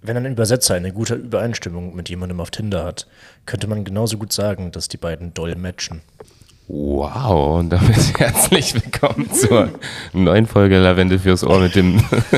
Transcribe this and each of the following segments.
Wenn ein Übersetzer eine gute Übereinstimmung mit jemandem auf Tinder hat, könnte man genauso gut sagen, dass die beiden doll matchen. Wow, und damit herzlich willkommen zur neuen Folge Lavendel fürs Ohr mit dem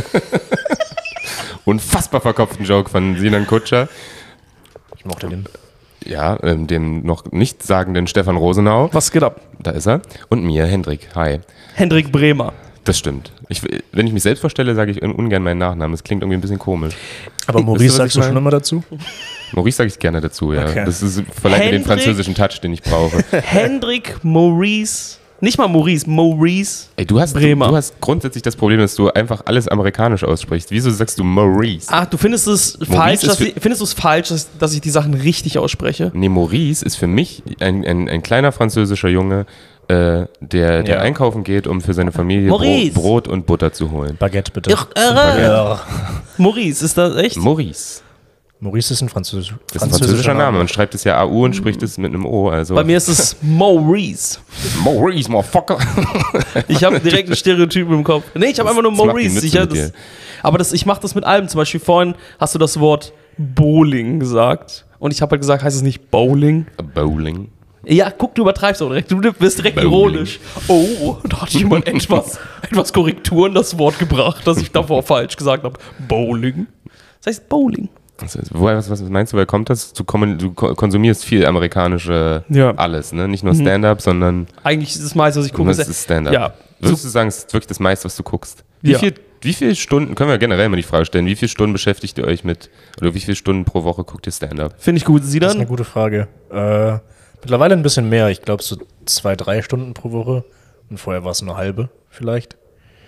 unfassbar verkopften Joke von Sinan Kutscher. Ich mochte den. Ja, dem noch nicht sagenden Stefan Rosenau. Was geht ab? Da ist er. Und mir, Hendrik. Hi. Hendrik Bremer. Das stimmt. Wenn ich mich selbst vorstelle, sage ich ungern meinen Nachnamen. Das klingt irgendwie ein bisschen komisch. Aber Maurice sagst du schon immer dazu? Maurice sage ich gerne dazu, ja. Okay. Das verleiht mir den französischen Touch, den ich brauche. Hendrik Maurice. Nicht mal Maurice, Maurice. Ey, du hast grundsätzlich das Problem, dass du einfach alles amerikanisch aussprichst. Wieso sagst du Maurice? Ach, du findest es falsch, dass ich die Sachen richtig ausspreche? Nee, Maurice ist für mich ein kleiner französischer Junge, der einkaufen geht, um für seine Familie Brot und Butter zu holen. Baguette, bitte. Maurice, ist das echt? Maurice. Maurice ist ein Das ist ein französischer Name. Man schreibt es ja AU und spricht es mit einem O. Also. Bei mir ist es Maurice. Maurice, motherfucker. Ich habe direkt ein Stereotyp im Kopf. Nee, ich habe einfach nur Maurice. Ich mache das mit allem. Zum Beispiel vorhin hast du das Wort Bowling gesagt. Und ich habe halt gesagt, heißt es nicht Bowling? Bowling. Ja, guck, du übertreibst auch direkt. Du wirst direkt ironisch. Oh, da hat jemand etwas Korrektur in das Wort gebracht, das ich davor falsch gesagt habe. Bowling. Das heißt Bowling. Was meinst du, woher kommt das? Du konsumierst viel amerikanische alles, ne? Nicht nur Stand-up, sondern... Eigentlich ist das meiste, was ich gucke, ist Stand-up. Ja. Würdest du sagen, es ist wirklich das meiste, was du guckst? Ja. Wie viele Stunden, können wir generell mal die Frage stellen, wie viele Stunden beschäftigt ihr euch mit, oder wie viele Stunden pro Woche guckt ihr Stand-up? Finde ich gut. Sie Das ist dann? eine gute Frage. Mittlerweile ein bisschen mehr. Ich glaube so 2-3 Stunden pro Woche. Und vorher war es eine halbe vielleicht.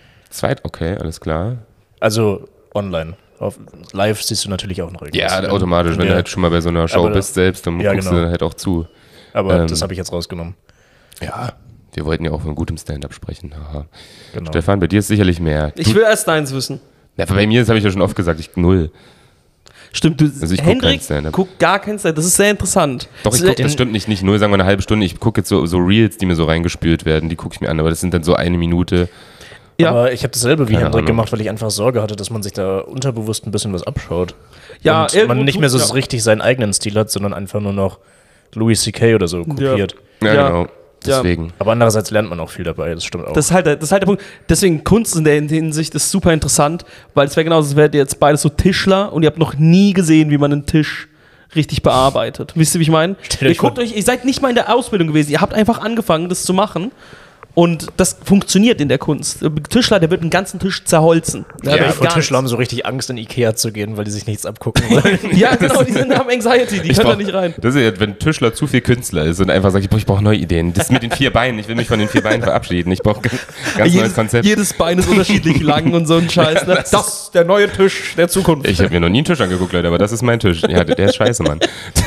Okay, alles klar. Also online. Live siehst du natürlich auch noch irgendwas. Ja, automatisch, wenn du halt schon mal bei so einer Show bist selbst, dann guckst du halt auch zu. Aber das habe ich jetzt rausgenommen. Ja, wir wollten ja auch von gutem Stand-up sprechen. Haha. Genau. Stefan, bei dir ist sicherlich mehr. Ich will erst deins wissen. Ja, bei mir, das habe ich ja schon oft gesagt, null. Stimmt, ich Hendrik guckt gar kein Stand-up. Das ist sehr interessant. Doch, das stimmt nicht null, sagen wir eine halbe Stunde. Ich gucke jetzt so Reels, die mir so reingespült werden, die gucke ich mir an, aber das sind dann so 1 Minute. Ja. Aber ich habe dasselbe wie Hendrik gemacht, weil ich einfach Sorge hatte, dass man sich da unterbewusst ein bisschen was abschaut. Ja, und man nicht mehr so richtig seinen eigenen Stil hat, sondern einfach nur noch Louis C.K. oder so kopiert. Ja, genau. Deswegen. Aber andererseits lernt man auch viel dabei, das stimmt auch. Das ist halt der Punkt. Deswegen Kunst in der Hinsicht ist super interessant, weil es wäre genauso, als wärt ihr jetzt beides so Tischler und ihr habt noch nie gesehen, wie man einen Tisch richtig bearbeitet. Wisst ihr, wie ich meine? Ihr seid nicht mal in der Ausbildung gewesen, ihr habt einfach angefangen, das zu machen. Und das funktioniert in der Kunst. Der Tischler, der wird einen ganzen Tisch zerholzen. Tischler haben so richtig Angst, in Ikea zu gehen, weil die sich nichts abgucken wollen. Ja, genau, haben Anxiety, die können da nicht rein. Das ist ja, wenn Tischler zu viel Künstler ist und einfach sagt, ich brauche neue Ideen. Das mit den 4 Beinen, ich will mich von den 4 Beinen verabschieden. Ich brauche ganz neues Konzept. Jedes Bein ist unterschiedlich lang und so ein Scheiß. Ne? Das ist der neue Tisch der Zukunft. Ich habe mir noch nie einen Tisch angeguckt, Leute, aber das ist mein Tisch. Ja, der ist scheiße, Mann.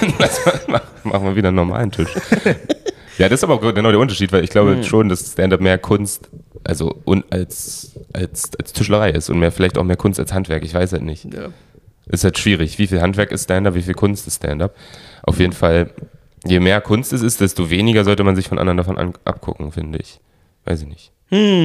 Machen wir wieder einen normalen Tisch. Ja, das ist aber auch genau der Unterschied, weil ich glaube schon, dass Stand-up mehr Kunst, als Tischlerei ist und vielleicht auch mehr Kunst als Handwerk. Ich weiß halt nicht. Ja. Ist halt schwierig. Wie viel Handwerk ist Stand-up, wie viel Kunst ist Stand-up? Auf jeden Fall, je mehr Kunst es ist, desto weniger sollte man sich von anderen davon abgucken, finde ich. Weiß ich nicht.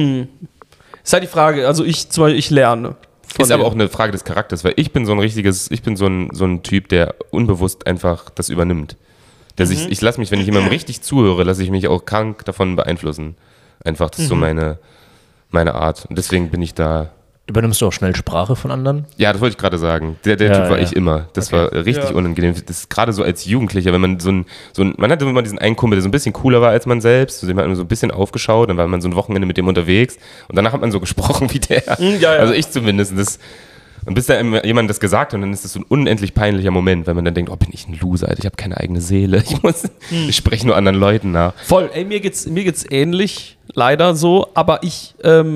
Ist halt die Frage, also ich lerne. Ist aber auch eine Frage des Charakters, weil ich bin so ein Typ, der unbewusst einfach das übernimmt. Ich lasse mich, wenn ich jemandem richtig zuhöre, lasse ich mich auch krank davon beeinflussen. Einfach, das ist so meine Art. Und deswegen bin ich da. Übernimmst du auch schnell Sprache von anderen? Ja, das wollte ich gerade sagen. Der Typ war ich immer. Das war richtig unangenehm. Das ist gerade so als Jugendlicher, wenn man man hatte immer diesen einen Kumpel, der so ein bisschen cooler war als man selbst, dem hat man so ein bisschen aufgeschaut, dann war man so ein Wochenende mit dem unterwegs und danach hat man so gesprochen wie der. Also ich zumindest. Und bis da jemand das gesagt hat, und dann ist das so ein unendlich peinlicher Moment, weil man dann denkt, bin ich ein Loser, Alter, ich habe keine eigene Seele, ich spreche nur anderen Leuten nach. Voll, mir geht's ähnlich, leider so, aber ich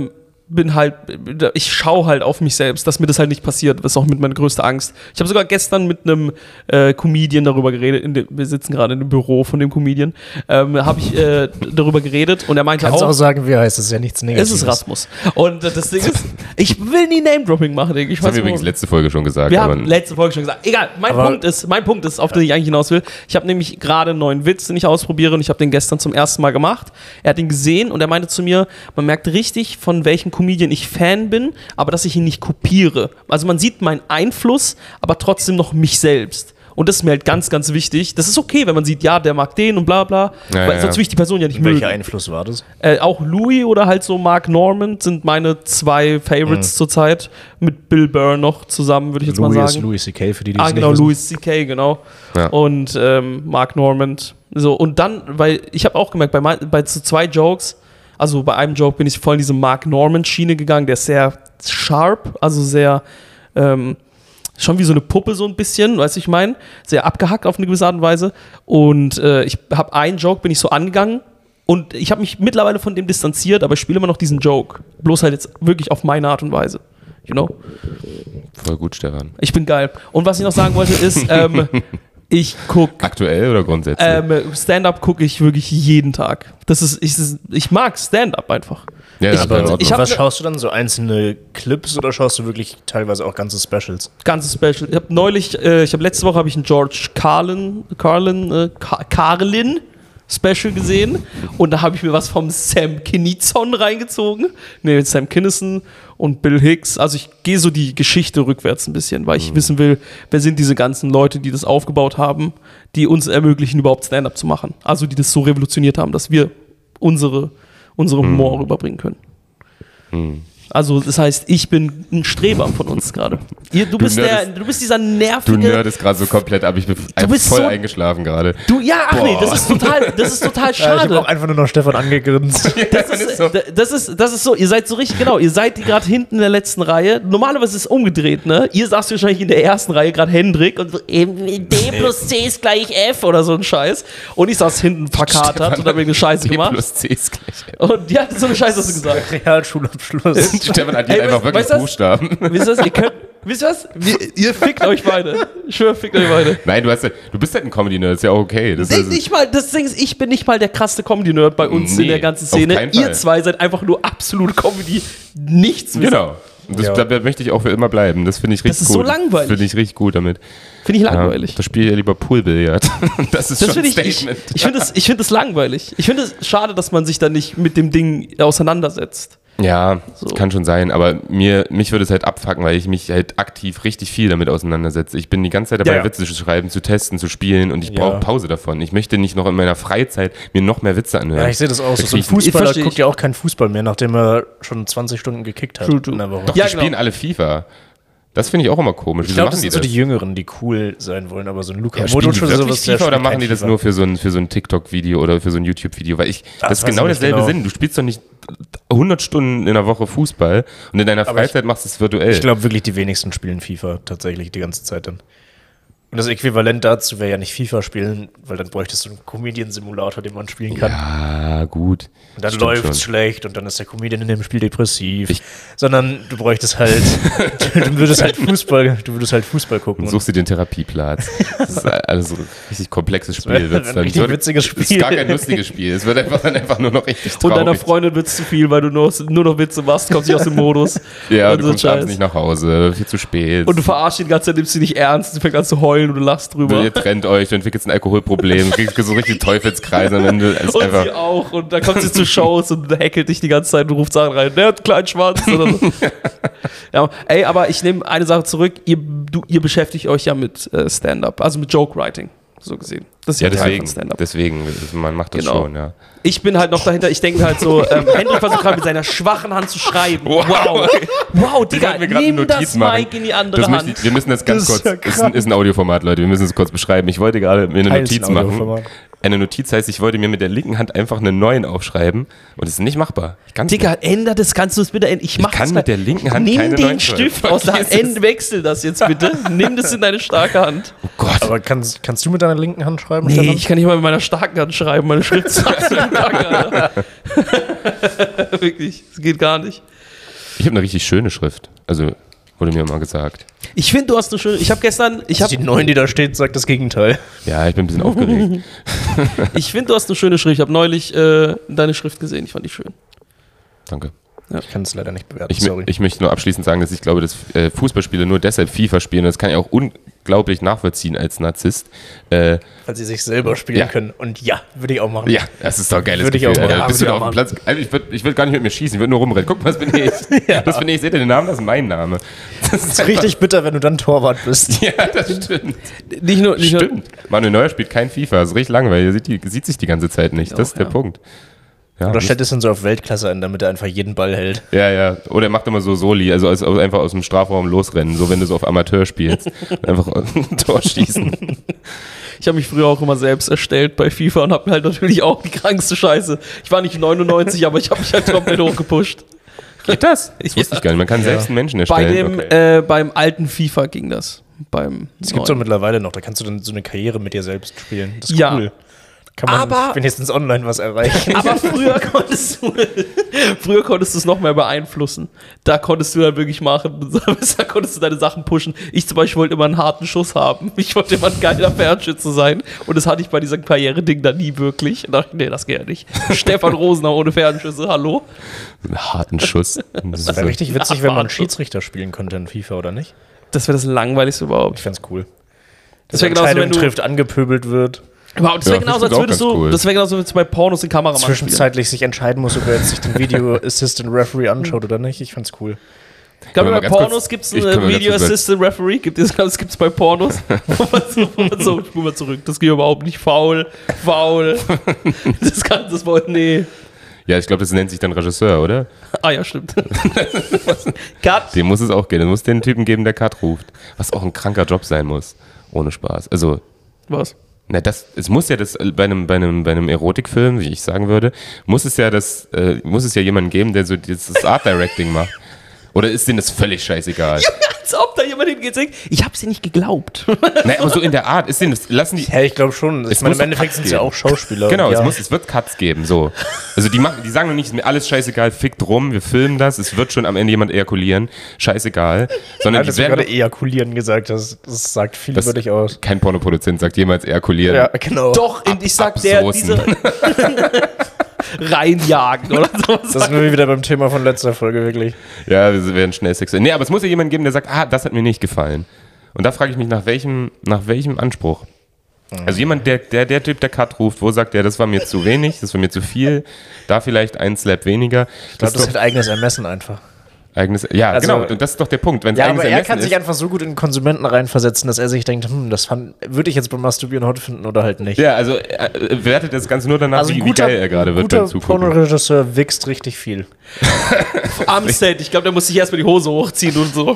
schaue halt auf mich selbst, dass mir das halt nicht passiert. Das ist auch mit meiner größte Angst. Ich habe sogar gestern mit einem Comedian darüber geredet. Wir sitzen gerade in dem Büro von dem Comedian. Habe ich darüber geredet und er meinte Kannst auch sagen, wie er heißt. Das ist ja nichts Negatives. Es ist Rasmus. Und das Ding ist, ich will nie Name-Dropping machen. Das haben wir übrigens letzte Folge schon gesagt. Wir haben letzte Folge schon gesagt. Egal, mein Punkt ist, auf den ich eigentlich hinaus will. Ich habe nämlich gerade einen neuen Witz, den ich ausprobiere und ich habe den gestern zum ersten Mal gemacht. Er hat ihn gesehen und er meinte zu mir, man merkt richtig, von welchem Comedian ich Fan bin, aber dass ich ihn nicht kopiere. Also man sieht meinen Einfluss, aber trotzdem noch mich selbst. Und das ist mir halt ganz, ganz wichtig. Das ist okay, wenn man sieht, ja, der mag den und bla bla. Weil sonst will ich die Person ja nicht mögen. Welcher Einfluss war das? Auch Louis oder halt so Mark Normand sind meine 2 Favorites zurzeit. Mit Bill Burr noch zusammen, würde ich jetzt mal sagen. Louis C.K. für die genau, nicht wissen. Louis C.K., genau. Ja. Und Mark Normand. So, und dann, weil ich habe auch gemerkt, bei so 2 Jokes, also bei einem Joke bin ich voll in diese Mark Normand-Schiene gegangen, der ist sehr sharp, also sehr schon wie so eine Puppe so ein bisschen, weißt du, ich meine, sehr abgehackt auf eine gewisse Art und Weise. Und ich habe einen Joke, bin ich so angegangen und ich habe mich mittlerweile von dem distanziert, aber ich spiele immer noch diesen Joke. Bloß halt jetzt wirklich auf meine Art und Weise. You know? Voll gut, Stefan. Ich bin geil. Und was ich noch sagen wollte ist, ich gucke... Aktuell oder grundsätzlich? Stand-up gucke ich wirklich jeden Tag. Ich mag Stand-up einfach. Ja, was schaust du dann? So einzelne Clips oder schaust du wirklich teilweise auch ganze Specials? Ganze Special. Ich habe letzte Woche einen George Carlin Special gesehen und da habe ich mir was vom Sam Kinison reingezogen. Nee, Sam Kinison und Bill Hicks. Also ich gehe so die Geschichte rückwärts ein bisschen, weil ich wissen will, wer sind diese ganzen Leute, die das aufgebaut haben, die uns ermöglichen, überhaupt Stand-up zu machen. Also die das so revolutioniert haben, dass wir unsere Humor rüberbringen können. Also das heißt, ich bin ein Streber von uns gerade. Du bist dieser nervige... Du nerdest gerade so komplett ab, ich bin voll eingeschlafen gerade. Nee, das ist total schade. Ich habe auch einfach nur noch Stefan angegrinst. Das ist so, ihr seid so richtig, genau, ihr seid gerade hinten in der letzten Reihe. Normalerweise ist es umgedreht, ne? Ihr saßt wahrscheinlich in der ersten Reihe, gerade Hendrik, und so, D plus C ist gleich F oder so ein Scheiß. Und ich saß hinten verkatert und hab mir eine Scheiße gemacht. D plus C ist gleich F. Und die hat so eine Scheiße hast du gesagt. Realschulabschluss. Stefan addiert einfach wirklich Buchstaben. Wisst ihr was? Ihr fickt euch beide. Ich schwöre, fickt euch beide. Nein, du bist halt ein Comedy-Nerd, ist ja auch okay. Das Ding ist, ich bin nicht mal der krasse Comedy-Nerd bei uns in der ganzen Szene. Ihr 2 seid einfach nur absolut Comedy, nichts wissen. Genau. Da möchte ich auch für immer bleiben. Das finde ich richtig gut. Das ist so langweilig. Finde ich richtig gut damit. Finde ich langweilig. Da spiele ich ja lieber Poolbillard. Das ist schon ein Statement. Ich finde es langweilig. Ich finde es schade, dass man sich da nicht mit dem Ding auseinandersetzt. Ja, so. Kann schon sein, aber mich würde es halt abfucken, weil ich mich halt aktiv richtig viel damit auseinandersetze. Ich bin die ganze Zeit dabei, Witze zu schreiben, zu testen, zu spielen und ich brauche Pause davon. Ich möchte nicht noch in meiner Freizeit mir noch mehr Witze anhören. Ja, ich sehe das auch so. So ein Fußballer guckt ja auch keinen Fußball mehr, nachdem er schon 20 Stunden gekickt hat. In der Woche. Doch, die spielen alle FIFA. Das finde ich auch immer komisch. Ich glaube, das sind so die Jüngeren, die cool sein wollen, aber so ein Luka Modric oder sowas. FIFA oder machen die das nur für so ein TikTok-Video oder für so ein YouTube-Video? Weil das ist genau derselbe Sinn. Du spielst doch nicht 100 Stunden in der Woche Fußball und in deiner Freizeit machst du es virtuell. Ich glaube wirklich, die wenigsten spielen FIFA tatsächlich die ganze Zeit dann. Und das Äquivalent dazu wäre ja nicht FIFA spielen, weil dann bräuchtest du einen Comedian-Simulator, den man spielen kann. Ja, gut. Und dann läuft es schlecht und dann ist der Comedian in dem Spiel depressiv. Sondern du bräuchtest halt, du würdest halt Fußball gucken. Und suchst dir den Therapieplatz. Das ist alles so ein richtig komplexes Spiel. Das ist ein richtig witziges Spiel. Das ist gar kein lustiges Spiel. Es wird einfach nur noch richtig traurig. Und deiner Freundin wird es zu viel, weil du nur noch Witze machst, kommst nicht aus dem Modus. Ja, du kommst abends nicht nach Hause, viel zu spät. Und du verarschst ihn die ganze Zeit, nimmst sie nicht ernst, du fängst an zu heulen und du lachst drüber. Ihr trennt euch, du entwickelst ein Alkoholproblem, kriegst so richtig Teufelskreise am Ende. Und einfach sie auch. Und dann kommt sie zu Shows und hackelt dich die ganze Zeit und ruft Sachen rein. Der hat einen kleinen Schwanz. Oder so. Ja, ey, aber ich nehme eine Sache zurück. Ihr beschäftigt euch ja mit Stand-up, also mit Joke-Writing, so gesehen. Das ist ja Teil von Stand-up. Deswegen, man macht das schon, ja. Ich bin halt noch dahinter, ich denke halt so, Hendrik versucht gerade mit seiner schwachen Hand zu schreiben. Wow, Digga, nimm das Mic in die andere Hand. Wir müssen das ganz kurz, ist ein Audioformat, Leute, wir müssen es kurz beschreiben. Ich wollte gerade mir eine Notiz machen. Eine Notiz heißt, ich wollte mir mit der linken Hand einfach einen neuen aufschreiben und es ist nicht machbar. Digga, änder das, kannst du es bitte ändern? Ich kann mit der linken Hand keine neuen Nimm den Stift aus der Hand, wechsel das jetzt bitte. Nimm das in deine starke Hand. Oh Gott. Aber kannst du mit deiner linken Hand schreiben? Nee, Stefan? Ich kann nicht mal mit meiner starken Hand schreiben, meine Schrift ist absolut lange. Wirklich, das geht gar nicht. Ich habe eine richtig schöne Schrift, also wurde mir mal gesagt. Ich finde, du hast eine schöne. Die 9, die da steht, sagt das Gegenteil. Ja, ich bin ein bisschen aufgeregt. Ich finde, du hast eine schöne Schrift. Ich habe neulich deine Schrift gesehen. Ich fand die schön. Danke. Ja. Ich kann es leider nicht bewerten, sorry. Ich möchte nur abschließend sagen, dass ich glaube, dass Fußballspieler nur deshalb FIFA spielen. Das kann ja auch unglaublich nachvollziehen als Narzisst. Weil sie sich selber spielen können. Und würde ich auch machen. Ja, das ist doch ein geiles Würde Gefühl. ich auch machen. Bist du da auf dem Platz? Ich will gar nicht mit mir schießen, ich will nur rumrennen. Guck mal, was bin ich? Das bin ich. Seht ihr den Namen? Das ist mein Name. Das ist richtig bitter, wenn du dann Torwart bist. Ja, das stimmt. Stimmt. Manuel Neuer spielt kein FIFA. Das ist richtig langweilig. Er sieht sich die ganze Zeit nicht. Das ist der Punkt. Ja, oder stellt es dann so auf Weltklasse an, damit er einfach jeden Ball hält. Ja. Oder er macht immer so Soli, also einfach aus dem Strafraum losrennen, so wenn du so auf Amateur spielst. Einfach ein Tor schießen. Ich habe mich früher auch immer selbst erstellt bei FIFA und habe halt natürlich auch die krankste Scheiße. Ich war nicht 99, aber ich habe mich halt komplett hochgepusht. Geht das? Das wusste ich gar nicht. Man kann selbst einen Menschen erstellen. Beim alten FIFA ging das. Das gibt es doch mittlerweile noch. Da kannst du dann so eine Karriere mit dir selbst spielen. Das ist cool. Kann man wenigstens online was erreichen. Aber früher konntest du es noch mehr beeinflussen. Da konntest du dann wirklich machen, da konntest du deine Sachen pushen. Ich zum Beispiel wollte immer einen harten Schuss haben. Ich wollte immer ein geiler Fernschütze sein. Und das hatte ich bei diesem Karriere-Ding dann nie wirklich. Und dachte ich, nee, das geht ja nicht. Stefan Rosenau ohne Fernschüsse, hallo? Einen harten Schuss. Das wäre richtig witzig, wenn man Schiedsrichter spielen könnte in FIFA, oder nicht? Das wäre das Langweiligste überhaupt. Ich fände es cool. Das wäre genauso, wenn du trifft, angepöbelt wird. Überhaupt, das wäre genauso, als würdest du, cool. das wäre genauso, wenn du bei Pornos den Kameramann zwischenzeitlich sich entscheiden muss, ob er jetzt sich den Video Assistant Referee anschaut oder nicht. Ich fand's cool. Ich glaube, bei Pornos gibt es einen Video Assistant Referee. Das gibt es bei Pornos. So, spulen wir zurück. Das geht überhaupt nicht. Foul. Das wollte, nee. Ja, ich glaube, das nennt sich dann Regisseur, oder? Ah ja, stimmt. Cut. Dem muss es auch gehen. Es muss den Typen geben, der Cut ruft. Was auch ein kranker Job sein muss. Ohne Spaß. Also. Was? Na, es muss ja bei einem Erotikfilm, wie ich sagen würde, muss es ja jemanden geben, der so das Art Directing macht. Oder ist denen das völlig scheißegal? Ja, als ob da jemand hingeht und sagt, ich hab's dir nicht geglaubt. Nein, aber so in der Art, ist denen das, lassen die... Ja, ich glaube schon. Ich meine, im Endeffekt sind es ja auch Schauspieler. Genau, es wird Cuts geben, so. Also die sagen noch nicht, ist mir alles scheißegal, fickt rum, wir filmen das, es wird schon am Ende jemand ejakulieren, scheißegal. Sondern dass du gerade ejakulieren gesagt hast, das sagt viel über dich aus. Kein Pornoproduzent sagt jemals ejakulieren. Ja, genau. Doch, ich sag diese... reinjagen oder so. Das sind wir wieder beim Thema von letzter Folge, wirklich. Ja, wir werden schnell sexuell. Nee, aber es muss ja jemanden geben, der sagt, das hat mir nicht gefallen. Und da frage ich mich, nach welchem Anspruch? Also jemand, der Typ, der Cut ruft, wo sagt der, das war mir zu wenig, das war mir zu viel, da vielleicht ein Slap weniger. Ich glaube, das ist eigenes Ermessen einfach. Ja, also, genau, und das ist doch der Punkt. Wenn's aber er kann sich einfach so gut in den Konsumenten reinversetzen, dass er sich denkt, würde ich jetzt beim Masturbieren hot finden oder halt nicht. Ja, also wertet das Ganze nur danach, wie geil er gerade wird beim Zugucken. Ein guter Pornoregisseur wächst richtig viel. Am Set, ich glaube, der muss sich erstmal die Hose hochziehen und so.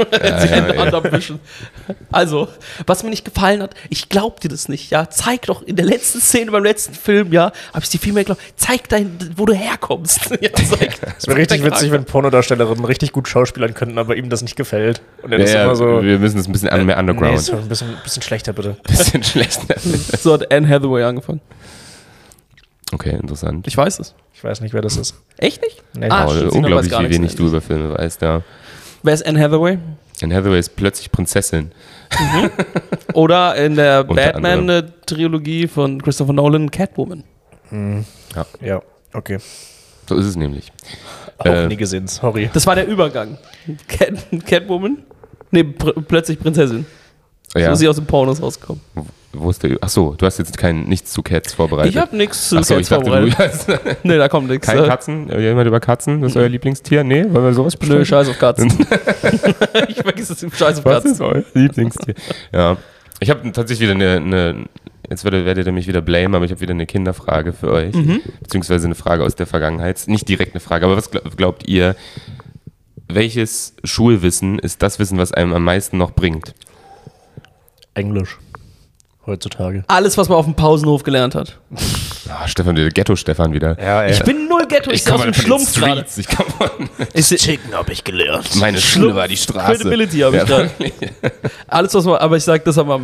Also, was mir nicht gefallen hat, ich glaub dir das nicht, ja. Zeig doch in der letzten Szene beim letzten Film, ja, habe ich dir viel mehr geglaubt. Zeig wo du herkommst. Ja, es wäre richtig witzig, wenn Pornodarstellerinnen richtig gut schauspielern könnten, aber ihm das nicht gefällt. Und er ist immer so. Wir müssen das ein bisschen mehr underground. Nee, so ein bisschen schlechter, bitte. Bisschen schlechter. So hat Anne Hathaway angefangen. Okay, interessant. Ich weiß es. Ich weiß nicht, wer das ist. Echt nicht? Nee. Unglaublich, wie wenig du über Filme weißt, ja. Wer ist Anne Hathaway? Anne Hathaway ist plötzlich Prinzessin. Mhm. Oder in der Batman-Trilogie von Christopher Nolan, Catwoman. Mhm. Ja, okay. So ist es nämlich. Auch nie gesehen, sorry. Das war der Übergang. Catwoman? Nee, plötzlich Prinzessin. Ja. So ist sie aus dem Pornos rausgekommen. Wo ist der? Achso, du hast jetzt nichts zu Cats vorbereitet. Ich habe nichts zu Cats vorbereitet. Nee, da kommt nichts. Keine Katzen? Jemand über Katzen? Das ist euer Lieblingstier? Nee, wollen wir sowas besprechen? Nö, scheiß auf Katzen. Ich vergesse es, scheiß auf Katzen. Was ist euer Lieblingstier? Ja. Ich habe tatsächlich wieder jetzt werdet ihr mich wieder blamen, aber ich habe wieder eine Kinderfrage für euch. Beziehungsweise eine Frage aus der Vergangenheit. Nicht direkt eine Frage, aber was glaubt ihr, welches Schulwissen ist das Wissen, was einem am meisten noch bringt? Englisch. Heutzutage. Alles, was man auf dem Pausenhof gelernt hat. Stefan, der Ghetto-Stefan wieder. Ja, ich bin null Ghetto, ich bin aus dem Schlumpf gerade. Chicken habe ich gelernt. Meine Schule war die Straße. Credibility habe ich gerade. Alles, was man, aber ich sage das aber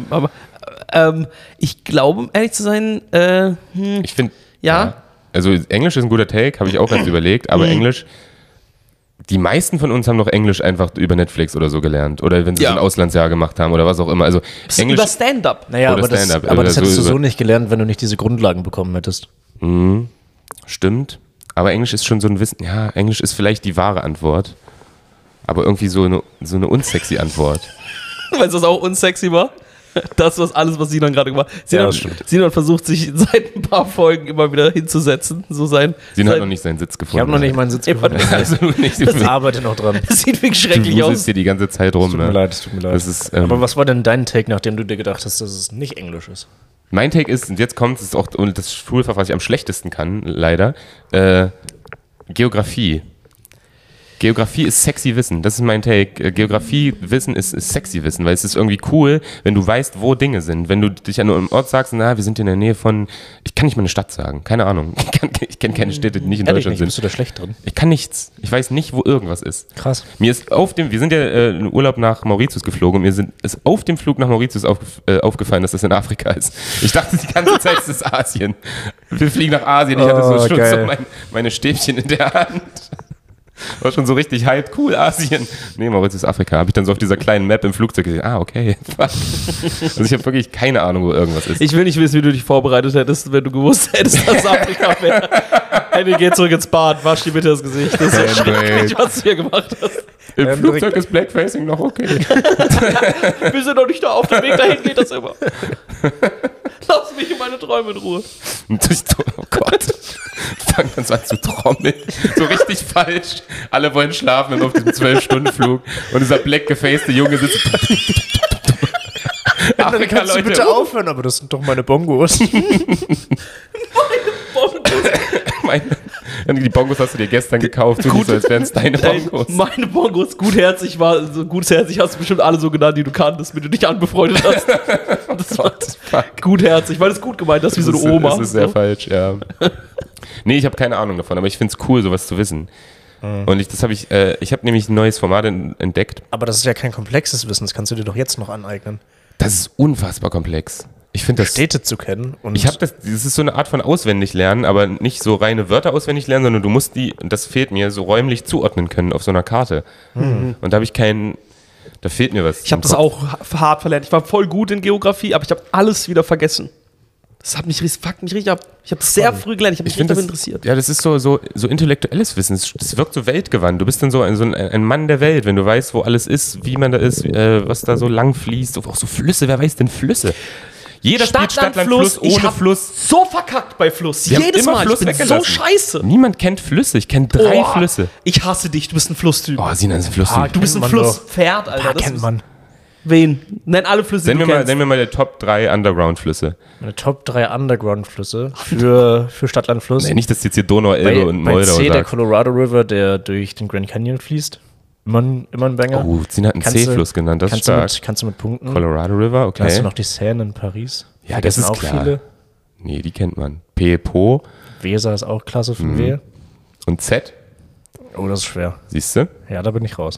ich glaube, um ehrlich zu sein, ich finde, ja. Also Englisch ist ein guter Take, habe ich auch erst überlegt, aber Englisch, die meisten von uns haben noch Englisch einfach über Netflix oder so gelernt. Oder wenn sie so ein Auslandsjahr gemacht haben oder was auch immer. Also Englisch, über Stand-Up. Naja, aber das hättest du so nicht gelernt, wenn du nicht diese Grundlagen bekommen hättest. Stimmt. Aber Englisch ist schon so ein Wissen. Ja, Englisch ist vielleicht die wahre Antwort. Aber irgendwie so eine unsexy Antwort. Weißt du, was auch unsexy war? Das war alles, was Sinan gerade gemacht hat. Sinan versucht sich seit ein paar Folgen immer wieder hinzusetzen. Sinan hat noch nicht seinen Sitz gefunden. Ich habe noch nicht meinen Sitz gefunden. Ich arbeite noch dran. Das sieht wirklich schrecklich aus. Du sitzt hier die ganze Zeit rum. Tut mir leid, es tut mir leid. Aber was war denn dein Take, nachdem du dir gedacht hast, dass es nicht Englisch ist? Mein Take ist, und jetzt kommt es auch, und das Schulfach, was ich am schlechtesten kann, leider, Geografie. Geografie ist sexy Wissen, das ist mein Take. Geografie-Wissen ist sexy Wissen, weil es ist irgendwie cool, wenn du weißt, wo Dinge sind. Wenn du dich an einem Ort sagst, wir sind in der Nähe von, ich kann nicht mal eine Stadt sagen, keine Ahnung. Ich kenne keine Städte, die nicht in Deutschland sind. Bist du da schlecht drin? Ich kann nichts. Ich weiß nicht, wo irgendwas ist. Krass. Wir sind ja in Urlaub nach Mauritius geflogen und mir ist auf dem Flug nach Mauritius aufgefallen, dass das in Afrika ist. Ich dachte die ganze Zeit, es ist Asien. Wir fliegen nach Asien, ich hatte so schon so meine Stäbchen in der Hand. War schon so richtig hype, cool, Asien. Nee, Mauritius, Afrika. Habe ich dann so auf dieser kleinen Map im Flugzeug gesehen. Okay. Also ich habe wirklich keine Ahnung, wo irgendwas ist. Ich will nicht wissen, wie du dich vorbereitet hättest, wenn du gewusst hättest, dass es Afrika wäre. Henny, geh zurück ins Bad, wasch dir bitte das Gesicht. Das ist ja schrecklich, was du hier gemacht hast. Im Flugzeug ist Blackfacing noch okay. Wir sind doch nicht da auf dem Weg, dahin geht das immer. Lass mich in meine Träume in Ruhe. Oh Gott. Fangen dann so an zu trommeln. So richtig falsch. Alle wollen schlafen auf diesem 12-Stunden-Flug. Und dieser black-gefacete Junge sitzt. Dann kannst du bitte aufhören, aber das sind doch meine Bongos. Die Bongos hast du dir gestern gekauft, so als wären es deine Bongos. Meine Bongos, gutherzig, hast du bestimmt alle so genannt, die du kanntest, wenn du dich anbefreundet hast. Das war gutherzig, weil das gut gemeint hast, wie so eine Oma. Das ist sehr falsch, ja. Nee, ich habe keine Ahnung davon, aber ich finde es cool, sowas zu wissen. Und ich habe nämlich ein neues Format entdeckt. Aber das ist ja kein komplexes Wissen, das kannst du dir doch jetzt noch aneignen. Das ist unfassbar komplex. Ich finde das Städte zu kennen. Und das ist so eine Art von Auswendiglernen, aber nicht so reine Wörter auswendig lernen, sondern du musst die, und das fehlt mir, so räumlich zuordnen können auf so einer Karte. Und da fehlt mir was. Ich habe das auch hart verlernt. Ich war voll gut in Geografie, aber ich habe alles wieder vergessen. Das fuckt mich richtig ab. Ich habe das sehr früh gelernt, ich habe mich nicht dafür interessiert. Ja, das ist so intellektuelles Wissen. Das wirkt so weltgewandt. Du bist dann so ein Mann der Welt, wenn du weißt, wo alles ist, wie man da ist, was da so lang fließt. Auch so Flüsse, wer weiß denn Flüsse? Jeder spielt Stadtland Fluss ohne Fluss. So verkackt bei Fluss. Jedes Mal. Fluss ich bin so scheiße. Niemand kennt Flüsse. Ich kenne 3 Flüsse. Ich hasse dich. Du bist ein Flusstyp. Oh, Sinan ist ein Flusstyp. Du bist ein Flusspferd, Alter. Das kennt man. Wen? Nenn alle Flüsse, die du kennst. Nenn mir mal die Top 3 Underground-Flüsse. Meine Top 3 Underground-Flüsse für Stadtland Fluss. Nee, nicht, dass jetzt hier Donau, Elbe und Moldau C, der Colorado River, der durch den Grand Canyon fließt. Immer ein Banger. Oh, Sinan hat einen C-Fluss genannt, das ist stark. Kannst du mit Punkten. Colorado River, okay. Dann hast du noch die Seine in Paris. Ja, das ist auch klar. Viele. Nee, die kennt man. P, Po. Weser ist auch klasse von W. Und Z? Oh, das ist schwer. Siehst du? Ja, da bin ich raus.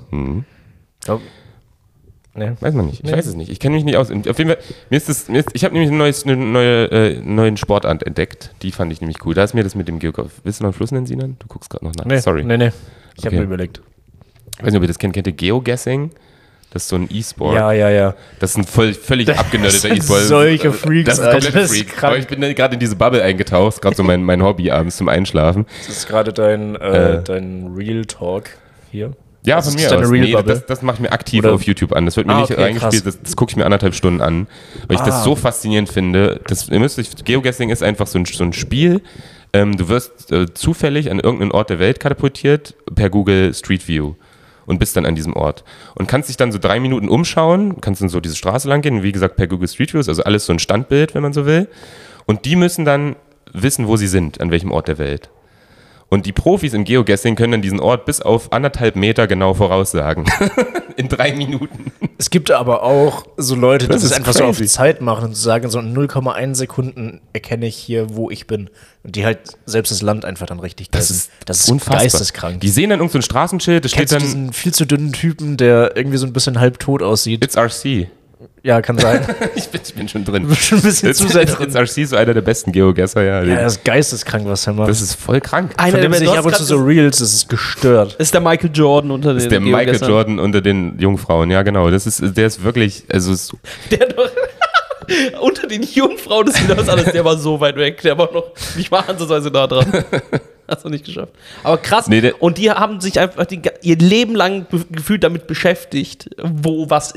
Nee. Weiß man nicht. Ich weiß es nicht. Ich kenne mich nicht aus. Auf jeden Fall, ich habe nämlich eine neuen Sportart entdeckt. Die fand ich nämlich cool. Da ist mir das mit dem Geografie. Willst du noch einen Fluss nennen, Sinan? Du guckst gerade noch nach. Nee, sorry. Nee. Ich habe mir überlegt. Ich weiß nicht, ob ihr das kennt. Kennt ihr Geoguessing? Das ist so ein E-Sport. Ja. Das ist ein völlig abgenördeter E-Sport. Solche Freaks, das ist komplett Freak. Aber ich bin gerade in diese Bubble eingetaucht. Gerade so mein Hobby abends zum Einschlafen. Das ist gerade dein Real Talk hier. Ja, von mir aus. Das mache ich mir aktiv auf YouTube an. Das wird mir nicht reingespielt, das gucke ich mir 1,5 Stunden an. Weil ich das so faszinierend finde. Geoguessing ist einfach so ein Spiel. Du wirst zufällig an irgendeinen Ort der Welt katapultiert per Google Street View und bist dann an diesem Ort. Und kannst dich dann so 3 Minuten umschauen, kannst dann so diese Straße lang gehen, wie gesagt per Google Street View, also alles so ein Standbild, wenn man so will. Und die müssen dann wissen, wo sie sind, an welchem Ort der Welt. Und die Profis im Geoguessing können dann diesen Ort bis auf 1,5 Meter genau voraussagen. In 3 Minuten. Es gibt aber auch so Leute, die das einfach crazy. So auf Zeit machen und sagen, so in 0,1 Sekunden erkenne ich hier, wo ich bin. Und die halt selbst das Land einfach dann richtig guessen. Das ist unfassbar. Geisteskrank. Die sehen dann irgend so ein Straßenschild, das steht dann... diesen viel zu dünnen Typen, der irgendwie so ein bisschen halbtot aussieht. It's RC. Ja, kann sein. ich bin schon drin. Du bist schon ein bisschen zu sehr drin. It's RC ist so einer der besten Geoguesser, ja. Ja, das ist geisteskrank, was er macht. Das ist voll krank. Von dem werde ich ab und zu so Reels, das ist gestört. Ist der Michael Jordan unter den Geoguessern. Ist der Michael Jordan unter den Jungfrauen, ja genau. Der ist wirklich, also... Der doch... unter den Jungfrauen ist das alles, der war so weit weg, der war noch nicht mal ansatzweise nah dran. Hast du nicht geschafft. Aber krass, und die haben sich einfach ihr Leben lang gefühlt damit beschäftigt, wo was ist.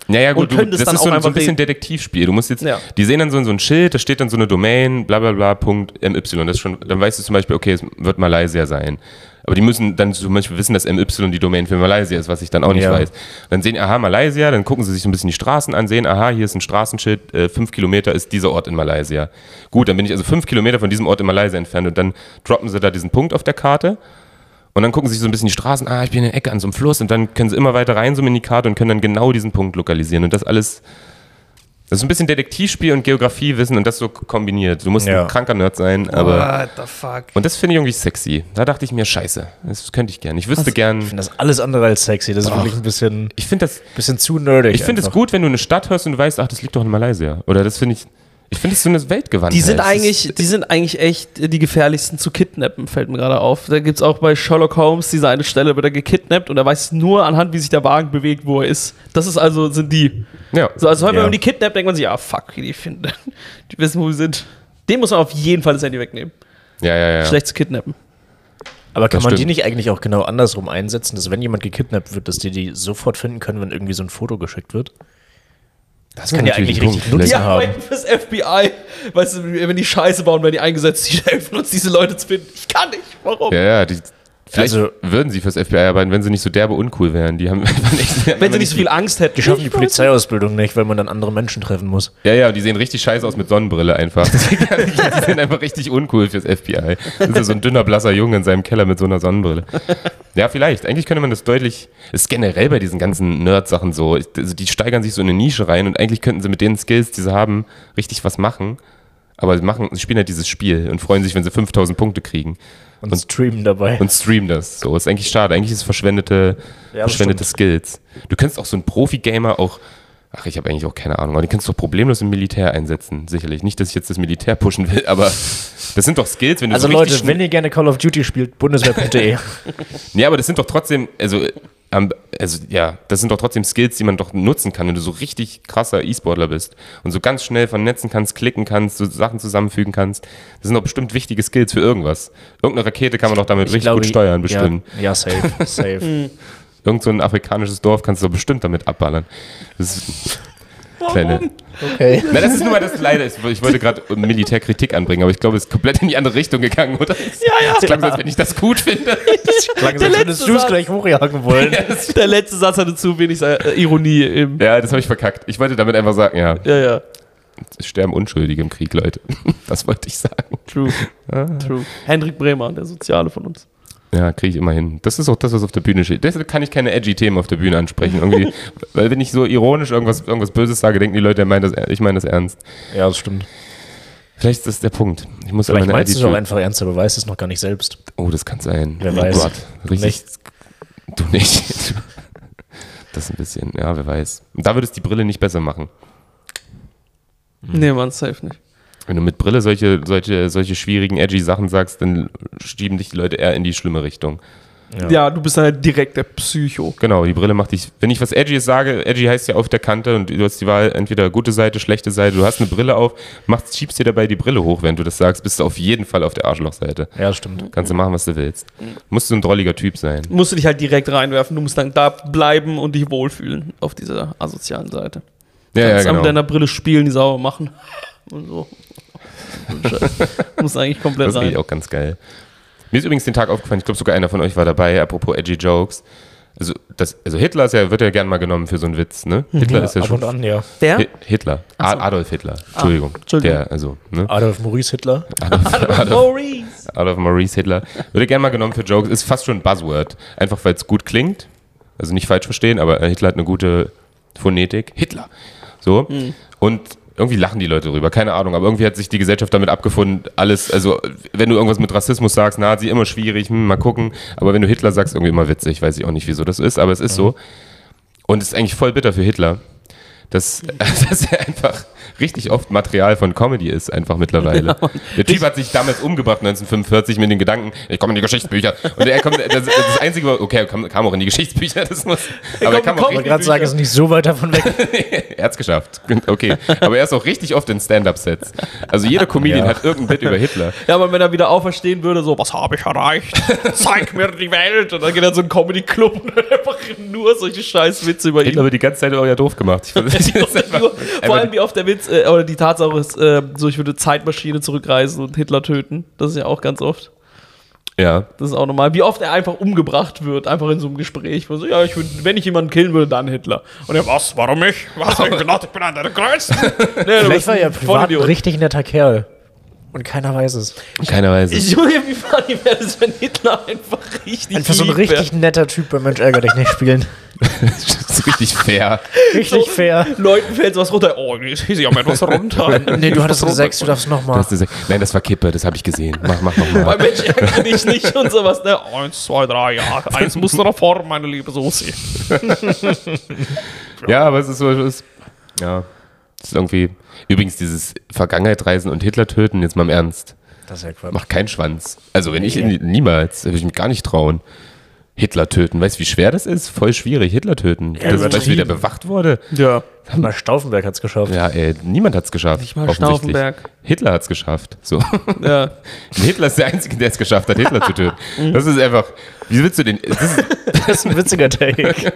Ja, gut, das ist so ein bisschen Detektivspiel. Du musst jetzt, die sehen dann so ein Schild, da steht dann so eine Domain, bla bla bla, .my. Das ist schon, dann weißt du zum Beispiel, okay, es wird Malaysia sein. Aber die müssen dann zum Beispiel wissen, dass MY die Domain für Malaysia ist, was ich dann auch nicht weiß. Dann sehen, aha, Malaysia, dann gucken sie sich so ein bisschen die Straßen an, sehen, aha, hier ist ein Straßenschild, 5 Kilometer ist dieser Ort in Malaysia. Gut, dann bin ich also 5 Kilometer von diesem Ort in Malaysia entfernt und dann droppen sie da diesen Punkt auf der Karte und dann gucken sie sich so ein bisschen die Straßen, ich bin in der Ecke an so einem Fluss und dann können sie immer weiter reinzoomen in die Karte und können dann genau diesen Punkt lokalisieren und das alles... Das ist ein bisschen Detektivspiel und Geografie wissen und das so kombiniert. Du musst ein kranker Nerd sein, aber... What the fuck? Und das finde ich irgendwie sexy. Da dachte ich mir, scheiße, das könnte ich gern. Ich wüsste gern... Ich finde das alles andere als sexy. Das ist wirklich ein bisschen... Ich finde das... Bisschen zu nerdig. Ich finde es gut, wenn du eine Stadt hörst und du weißt, das liegt doch in Malaysia. Oder das finde ich... Ich finde es so eine Weltgewandtheit. Die sind eigentlich echt die gefährlichsten zu kidnappen, fällt mir gerade auf. Da gibt es auch bei Sherlock Holmes diese eine Stelle, wird er gekidnappt und er weiß nur anhand, wie sich der Wagen bewegt, wo er ist. Das ist also, sind die. Ja. So, also wenn man die kidnappt, denkt man sich, fuck, die wissen, wo wir sind. Den muss man auf jeden Fall das Handy wegnehmen. Ja. Schlecht zu kidnappen. Aber kann man die nicht eigentlich auch genau andersrum einsetzen, dass wenn jemand gekidnappt wird, dass die sofort finden können, wenn irgendwie so ein Foto geschickt wird? Das kann ja eigentlich richtig Nutzen haben. Ja, fürs FBI. Weißt du, wenn die Scheiße bauen, werden die eingesetzt, die helfen uns, diese Leute zu finden. Ich kann nicht. Warum? Ja, vielleicht würden sie fürs FBI arbeiten, wenn sie nicht so derbe uncool wären. Die haben wenn sie nicht so viel Angst hätten. Die schaffen die Polizeiausbildung nicht, weil man dann andere Menschen treffen muss. Ja, die sehen richtig scheiße aus mit Sonnenbrille einfach. Die sind einfach richtig uncool fürs FBI. Das ist ja so ein dünner, blasser Junge in seinem Keller mit so einer Sonnenbrille. Ja, vielleicht. Eigentlich könnte man das deutlich... Das ist generell bei diesen ganzen Nerd-Sachen so. Also die steigern sich so in eine Nische rein und eigentlich könnten sie mit den Skills, die sie haben, richtig was machen. Aber sie spielen halt dieses Spiel und freuen sich, wenn sie 5000 Punkte kriegen. Und streamen dabei. Und streamen das. So, ist eigentlich schade. Eigentlich ist es verschwendete Skills. Du kannst auch so einen Profi-Gamer auch... Ach, ich habe eigentlich auch keine Ahnung. Aber die kannst du doch problemlos im Militär einsetzen. Sicherlich. Nicht, dass ich jetzt das Militär pushen will, aber das sind doch Skills, wenn du also so Leute, wenn ihr gerne Call of Duty spielt, bundeswehr.de. Ja, aber das sind doch trotzdem... das sind doch trotzdem Skills, die man doch nutzen kann, wenn du so richtig krasser E-Sportler bist und so ganz schnell vernetzen kannst, klicken kannst, so Sachen zusammenfügen kannst. Das sind doch bestimmt wichtige Skills für irgendwas. Irgendeine Rakete kann man doch damit richtig gut steuern, bestimmt. Ja, safe. Irgend so ein afrikanisches Dorf kannst du doch bestimmt damit abballern. Das ist kleine... Okay. Na, das ist nur mal das Leider. Ich wollte gerade Militärkritik anbringen, aber ich glaube, es ist komplett in die andere Richtung gegangen, oder? Ja. Es klang so, als wenn ich das gut finde. Es klang so, als würdest du es gleich hochjagen wollen. Der letzte Satz hatte zu wenig Ironie. Ja, das habe ich verkackt. Ich wollte damit einfach sagen, Ja. Es sterben Unschuldige im Krieg, Leute. Das wollte ich sagen. True. Hendrik Bremer, der Soziale von uns. Ja, kriege ich immer hin. Das ist auch das, was auf der Bühne steht. Deshalb kann ich keine edgy Themen auf der Bühne ansprechen. Irgendwie, weil wenn ich so ironisch irgendwas Böses sage, denken die Leute, ich meine das ernst. Ja, das stimmt. Vielleicht ist das der Punkt. Vielleicht meinst du es auch einfach ernst, aber weißt es noch gar nicht selbst. Oh, das kann sein. Wer weiß. Gott, richtig. Du nicht. Das ist ein bisschen, ja, wer weiß. Und da würde es die Brille nicht besser machen. Nee, man, safe nicht. Wenn du mit Brille solche schwierigen, edgy Sachen sagst, dann schieben dich die Leute eher in die schlimme Richtung. Ja, du bist dann halt direkt der Psycho. Genau, die Brille macht dich, wenn ich was Edgyes sage, edgy heißt ja auf der Kante und du hast die Wahl, entweder gute Seite, schlechte Seite, du hast eine Brille auf, schiebst dir dabei die Brille hoch, wenn du das sagst, bist du auf jeden Fall auf der Arschlochseite. Ja, stimmt. Kannst du machen, was du willst. Musst du ein drolliger Typ sein. Musst du dich halt direkt reinwerfen, du musst dann da bleiben und dich wohlfühlen auf dieser asozialen Seite. Du kannst genau. Mit deiner Brille spielen, die sauber machen und so. Muss eigentlich komplett das rein. Das ist auch ganz geil. Mir ist übrigens den Tag aufgefallen, ich glaube sogar einer von euch war dabei, apropos edgy Jokes. Also Hitler wird ja gern mal genommen für so einen Witz, ne? Hitler ist ja ab schon... und an, ja. Wer? Hitler. So. Adolf Hitler. Entschuldigung. Entschuldigung. Adolf Maurice Hitler. Adolf Maurice Hitler. Wird ja gern mal genommen für Jokes. Ist fast schon ein Buzzword. Einfach, weil es gut klingt. Also nicht falsch verstehen, aber Hitler hat eine gute Phonetik. Hitler. So. Und irgendwie lachen die Leute drüber, keine Ahnung, aber irgendwie hat sich die Gesellschaft damit abgefunden, alles, also wenn du irgendwas mit Rassismus sagst, Nazi, immer schwierig, mal gucken, aber wenn du Hitler sagst, irgendwie immer witzig, weiß ich auch nicht, wieso das ist, aber es ist so. Und es ist eigentlich voll bitter für Hitler, dass er einfach richtig oft Material von Comedy ist, einfach mittlerweile. Ja, der Typ hat sich damals umgebracht, 1945, mit den Gedanken, ich komme in die Geschichtsbücher. Und er kommt, das Einzige, okay, er kam auch in die Geschichtsbücher, aber er kam auch ich wollte gerade sagen, ist nicht so weit davon weg. Er hat's geschafft, okay. Aber er ist auch richtig oft in Stand-Up-Sets. Also jeder Comedian hat irgendein Bit über Hitler. Ja, aber wenn er wieder auferstehen würde, so, was habe ich erreicht? Zeig mir die Welt. Und dann geht er in so einen Comedy-Club und einfach nur solche scheiß Witze über ihn. Hitler wird die ganze Zeit auch ja doof gemacht. Vor allem wie oft der Witz, oder die Tatsache ist, so ich würde Zeitmaschine zurückreisen und Hitler töten. Das ist ja auch ganz oft. Ja. Das ist auch normal. Wie oft er einfach umgebracht wird, einfach in so einem Gespräch. Wo so, ja, wenn ich jemanden killen würde, dann Hitler. Und er, was, warum ich? Was, ich bin einer der Größten. Vielleicht war er privat ein richtig netter Kerl. Und keiner weiß es. Keiner weiß es. Junge, wie funny wäre es, wenn Hitler einfach richtig so ein richtig netter Typ bei Mensch ärger dich nicht spielen. Das ist richtig fair. Richtig so, fair. Leuten fällt was runter. Oh, sie haben etwas runter. Nee, du hattest 6, du darfst nochmal. Nein, das war Kippe, das habe ich gesehen. Mach nochmal. Bei Mensch ärger dich nicht und sowas. Ne? 1, 2, 3, ja. 1 muss noch vorn, meine liebe Soße. Ja, aber es ist so, ja. Das ist irgendwie, übrigens dieses Vergangenheitreisen und Hitler töten, jetzt mal im Ernst. Das ist ja Quatsch. Macht keinen Schwanz. Also wenn niemals, würde ich mich gar nicht trauen. Hitler töten, weißt du, wie schwer das ist? Voll schwierig, Hitler töten. Ja, weißt du, wie der bewacht wurde? Ja. Mal Stauffenberg hat's geschafft. Ja, niemand hat's geschafft. Nicht mal Stauffenberg. Hitler hat's geschafft. So. Ja. Hitler ist der Einzige, der es geschafft hat, Hitler zu töten. Das ist einfach, wie willst du den... Das ist ein witziger Take.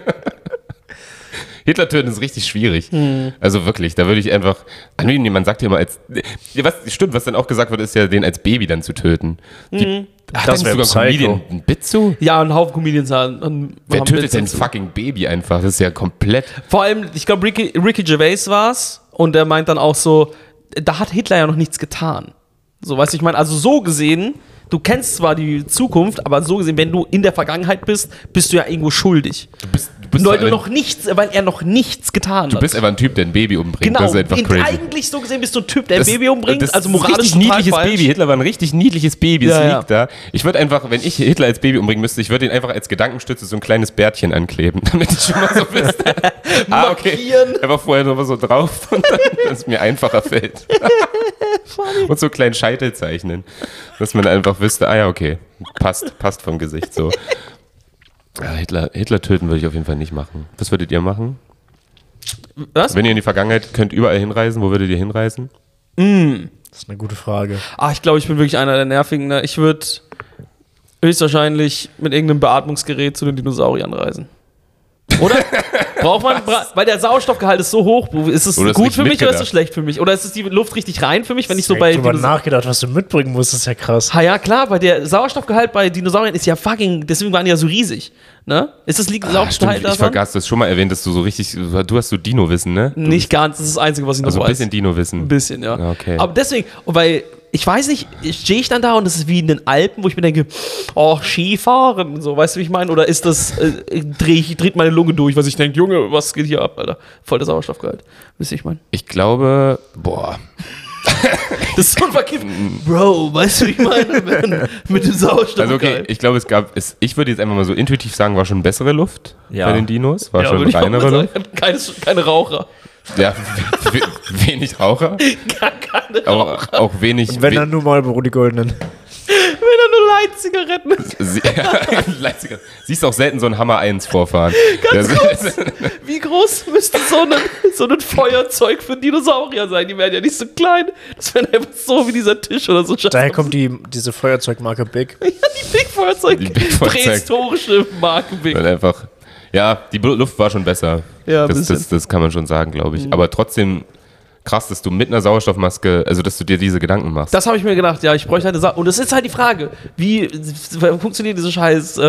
Hitler töten ist richtig schwierig. Also wirklich, da würde ich einfach, man sagt ja immer was dann auch gesagt wird, ist ja, den als Baby dann zu töten. Das wäre sogar Comedian ein Bit zu? Ja, ein Haufen Comedians haben. Wer tötet denn fucking Baby einfach? Das ist ja komplett. Vor allem, ich glaube, Ricky Gervais war's und der meint dann auch so, da hat Hitler ja noch nichts getan. So, weißt du, ich meine, also so gesehen, du kennst zwar die Zukunft, aber so gesehen, wenn du in der Vergangenheit bist, bist du ja irgendwo schuldig. Du bist weil er noch nichts getan hat. Du bist einfach ein Typ, der ein Baby umbringt. Genau, das ist einfach crazy. Eigentlich so gesehen bist du ein Typ, der ein Baby umbringt, das also moralisch ist ein niedliches Baby. Hitler war ein richtig niedliches Baby, das liegt da. Ich würde einfach, wenn ich Hitler als Baby umbringen müsste, ich würde ihn einfach als Gedankenstütze so ein kleines Bärtchen ankleben, damit ich schon mal so wüsste. Okay. Er war vorher noch so drauf und dann, dass es mir einfacher fällt. Und so einen kleinen Scheitel zeichnen, dass man einfach wüsste, ja, okay, passt vom Gesicht so. Ja, Hitler töten würde ich auf jeden Fall nicht machen. Was würdet ihr machen? Was? Wenn ihr in die Vergangenheit könnt überall hinreisen, wo würdet ihr hinreisen? Das ist eine gute Frage. Ich glaube, ich bin wirklich einer der Nervigen. Ne? Ich würde höchstwahrscheinlich mit irgendeinem Beatmungsgerät zu den Dinosauriern reisen. Oder? Braucht man, weil der Sauerstoffgehalt ist so hoch, ist es gut für mich oder ist es schlecht für mich? Oder ist es die Luft richtig rein für mich, wenn ich so bei Dinosauriern nachgedacht, was du mitbringen musst, ist ja krass. Ja klar, weil der Sauerstoffgehalt bei Dinosauriern ist ja fucking, deswegen waren die ja so riesig. Ne? Ist das Sauerstoffgehalt davon? Ich vergaß das schon mal erwähnt, dass du so richtig, du hast so Dino-Wissen, ne? Nicht ganz, das ist das Einzige, was ich noch weiß. Also ein bisschen Dino-Wissen. Ein bisschen, ja. Okay. Aber deswegen, weil ich weiß nicht, stehe ich dann da und das ist wie in den Alpen, wo ich mir denke, Skifahren, so, weißt du, wie ich meine? Oder ist das, dreht meine Lunge durch, was ich denke, Junge, was geht hier ab, Alter? Voll der Sauerstoffgehalt. Wisst ihr, ich meine? Ich glaube, das ist so ein verkifft. Bro, weißt du, wie ich meine? Mit dem Sauerstoffgehalt. Also okay, ich glaube, ich würde jetzt einfach mal so intuitiv sagen, war schon bessere Luft bei den Dinos, war schon reinere Luft. Keine Raucher. Ja, wenig Raucher. Keine Raucher. Auch wenig. Und wenn dann nur Marlboro die goldenen. Wenn er nur Light-Zigaretten. Light-Zigaretten. Siehst auch selten so ein Hammer 1 vorfahren. Ganz kurz, wie groß müsste so ein Feuerzeug für Dinosaurier sein? Die wären ja nicht so klein. Das wäre einfach so wie dieser Tisch oder so. Daher kommt diese Feuerzeugmarke Big. Ja, die Big-Feuerzeug. Prähistorische Marke Big. Und einfach, ja, die Luft war schon besser. Ja, das kann man schon sagen, glaube ich. Aber trotzdem krass, dass du mit einer Sauerstoffmaske, also dass du dir diese Gedanken machst. Das habe ich mir gedacht, ja, ich bräuchte eine und das ist halt die Frage, wie funktioniert diese Scheiß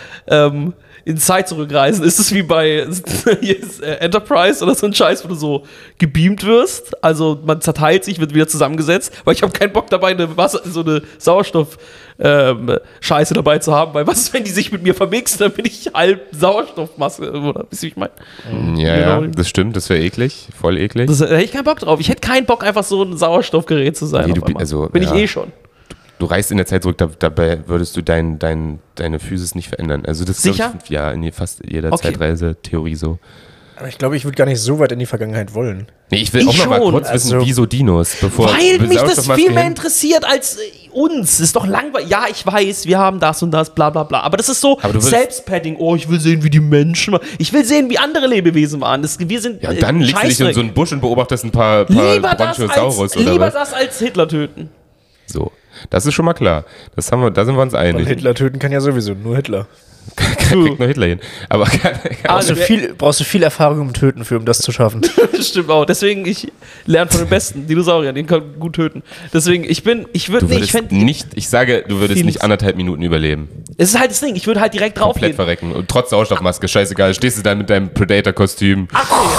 in Zeit zurückreisen? Ist es wie bei Enterprise oder so ein Scheiß, wo du so gebeamt wirst? Also man zerteilt sich, wird wieder zusammengesetzt, weil ich habe keinen Bock dabei, so eine Sauerstoff-Scheiße dabei zu haben, weil was ist, wenn die sich mit mir vermixen, dann bin ich halb Sauerstoffmasse, oder wisst ihr, wie ich meine? Ja, das stimmt, das wäre eklig, voll eklig. Da hätte ich keinen Bock drauf. Ich hätte keinen Bock, einfach so ein Sauerstoffgerät zu sein. Nee, bin ich eh schon. Du reist in der Zeit zurück, dabei würdest du deine Physis nicht verändern. Also das sicher? Ist, ja, in fast jeder Zeitreise-Theorie so. Aber ich glaube, ich würde gar nicht so weit in die Vergangenheit wollen. Nee, ich will auch noch mal kurz wissen, wieso Dinos, bevor... Weil mich das viel mehr interessiert als uns. Ist doch langweilig. Ja, ich weiß, wir haben das und das, bla bla bla. Aber das ist so Selbstpadding. Oh, ich will sehen, wie die Menschen waren. Ich will sehen, wie andere Lebewesen waren. Wir sind ja, und dann legst du dich in so einen Busch und beobachtest ein paar Bronchiosaurus oder was? Lieber das als Hitler töten. So, das ist schon mal klar. Da sind wir uns einig. Weil Hitler töten kann ja sowieso nur Hitler. Kriegt nur Hitler hin. Aber brauchst du viel Erfahrung im Töten für, um das zu schaffen. Das stimmt auch. Deswegen, ich lerne von den besten Dinosauriern, den kann gut töten. Deswegen, ich sage, du würdest nicht 1,5 Minuten überleben. Es ist halt das Ding, ich würde halt direkt drauf komplett verrecken. Und trotz Sauerstoffmaske, scheißegal, stehst du dann mit deinem Predator-Kostüm.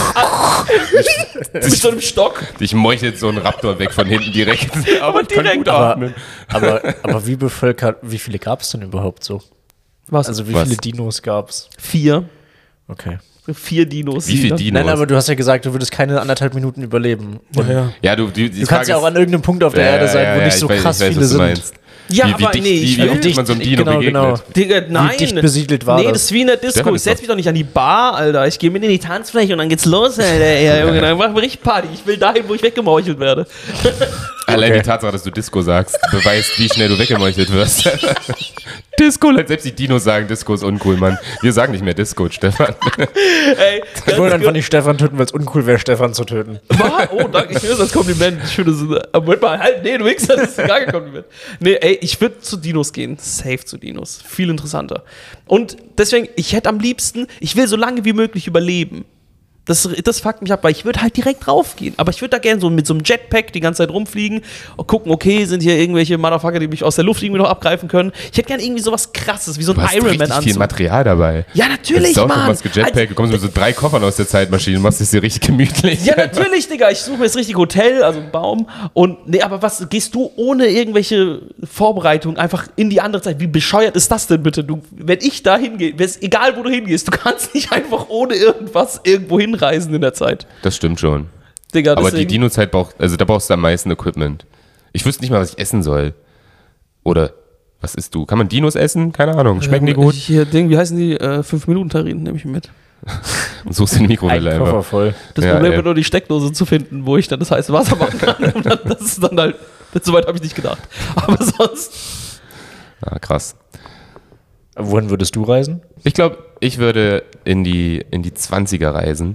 Mit so einem Stock. Dich meuchelt so ein Raptor weg von hinten direkt. Aber direkt. Kann gut atmen. Aber wie viele gab es denn überhaupt so? Was? Also wie viele Dinos gab's? 4. Okay. 4 Dinos. Wie viele Dinos? Nein, aber du hast ja gesagt, du würdest keine 1,5 Minuten überleben. Ja, du kannst ja auch an irgendeinem Punkt auf der Erde sein, wo nicht so krass viele sind. Ja, aber wie oft man so einem Dino begegnet. Digga, nein. Wie dicht besiedelt war das? Nee, das ist wie in der Disco. Ich setz mich doch nicht an die Bar, Alter. Ich gehe mit in die Tanzfläche und dann geht's los, Alter. Ja, Junge, dann machen wir richtig Party. Ich will dahin, wo ich weggemeuchelt werde. Allein die Tatsache, dass du Disco sagst, beweist, wie schnell du weggemeuchelt wirst. Disco, selbst die Dinos sagen, Disco ist uncool, Mann. Wir sagen nicht mehr Disco, Stefan. Ey, ich wollte einfach nicht Stefan töten, weil es uncool wäre, Stefan zu töten. Oh, danke, ich höre das als Kompliment. Aber Moment mal, halt, nee, du Wichser, das ist gar kein Kompliment. Nee, ey, ich würde zu Dinos gehen. Safe zu Dinos. Viel interessanter. Und deswegen, ich hätte am liebsten, ich will so lange wie möglich überleben. Das fuckt mich ab, weil ich würde halt direkt draufgehen. Aber ich würde da gerne so mit so einem Jetpack die ganze Zeit rumfliegen und gucken, okay, sind hier irgendwelche Motherfucker, die mich aus der Luft irgendwie noch abgreifen können. Ich hätte gerne irgendwie sowas Krasses, wie so ein Ironman-Anzug. Du hast viel Material dabei. Ja, natürlich, Mann. Jetpack, du kommst mit so 3 Koffern aus der Zeitmaschine und machst es dir richtig gemütlich. Ja, natürlich, Digga. Ich suche mir das richtige Hotel, also einen Baum. Und, nee, aber was, gehst du ohne irgendwelche Vorbereitung einfach in die andere Zeit? Wie bescheuert ist das denn bitte? Wenn ich da hingehe, egal wo du hingehst, du kannst nicht einfach ohne irgendwas irgendwo hinreisen in der Zeit. Das stimmt schon. Digga, aber die Dino-Zeit da brauchst du am meisten Equipment. Ich wüsste nicht mal, was ich essen soll. Oder, was isst du? Kann man Dinos essen? Keine Ahnung. Schmecken die gut? Wie heißen die? 5-Minuten-Tarinen nehme ich mit. Und suchst du die Mikrowelle einfach. Koffer voll. Das Problem wird nur die Steckdose zu finden, wo ich dann das heiße Wasser machen kann. Und das ist dann halt, soweit habe ich nicht gedacht. Aber sonst. Ah, krass. Wohin würdest du reisen? Ich glaube, ich würde in die 20er reisen.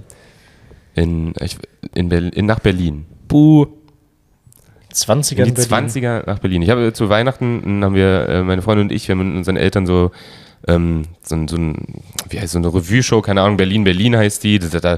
Nach Berlin. Buh. 20er in die 20er nach Berlin. Ich habe zu Weihnachten, haben wir, meine Freundin und ich, wir haben mit unseren Eltern so eine Revue-Show, keine Ahnung, Berlin heißt die, da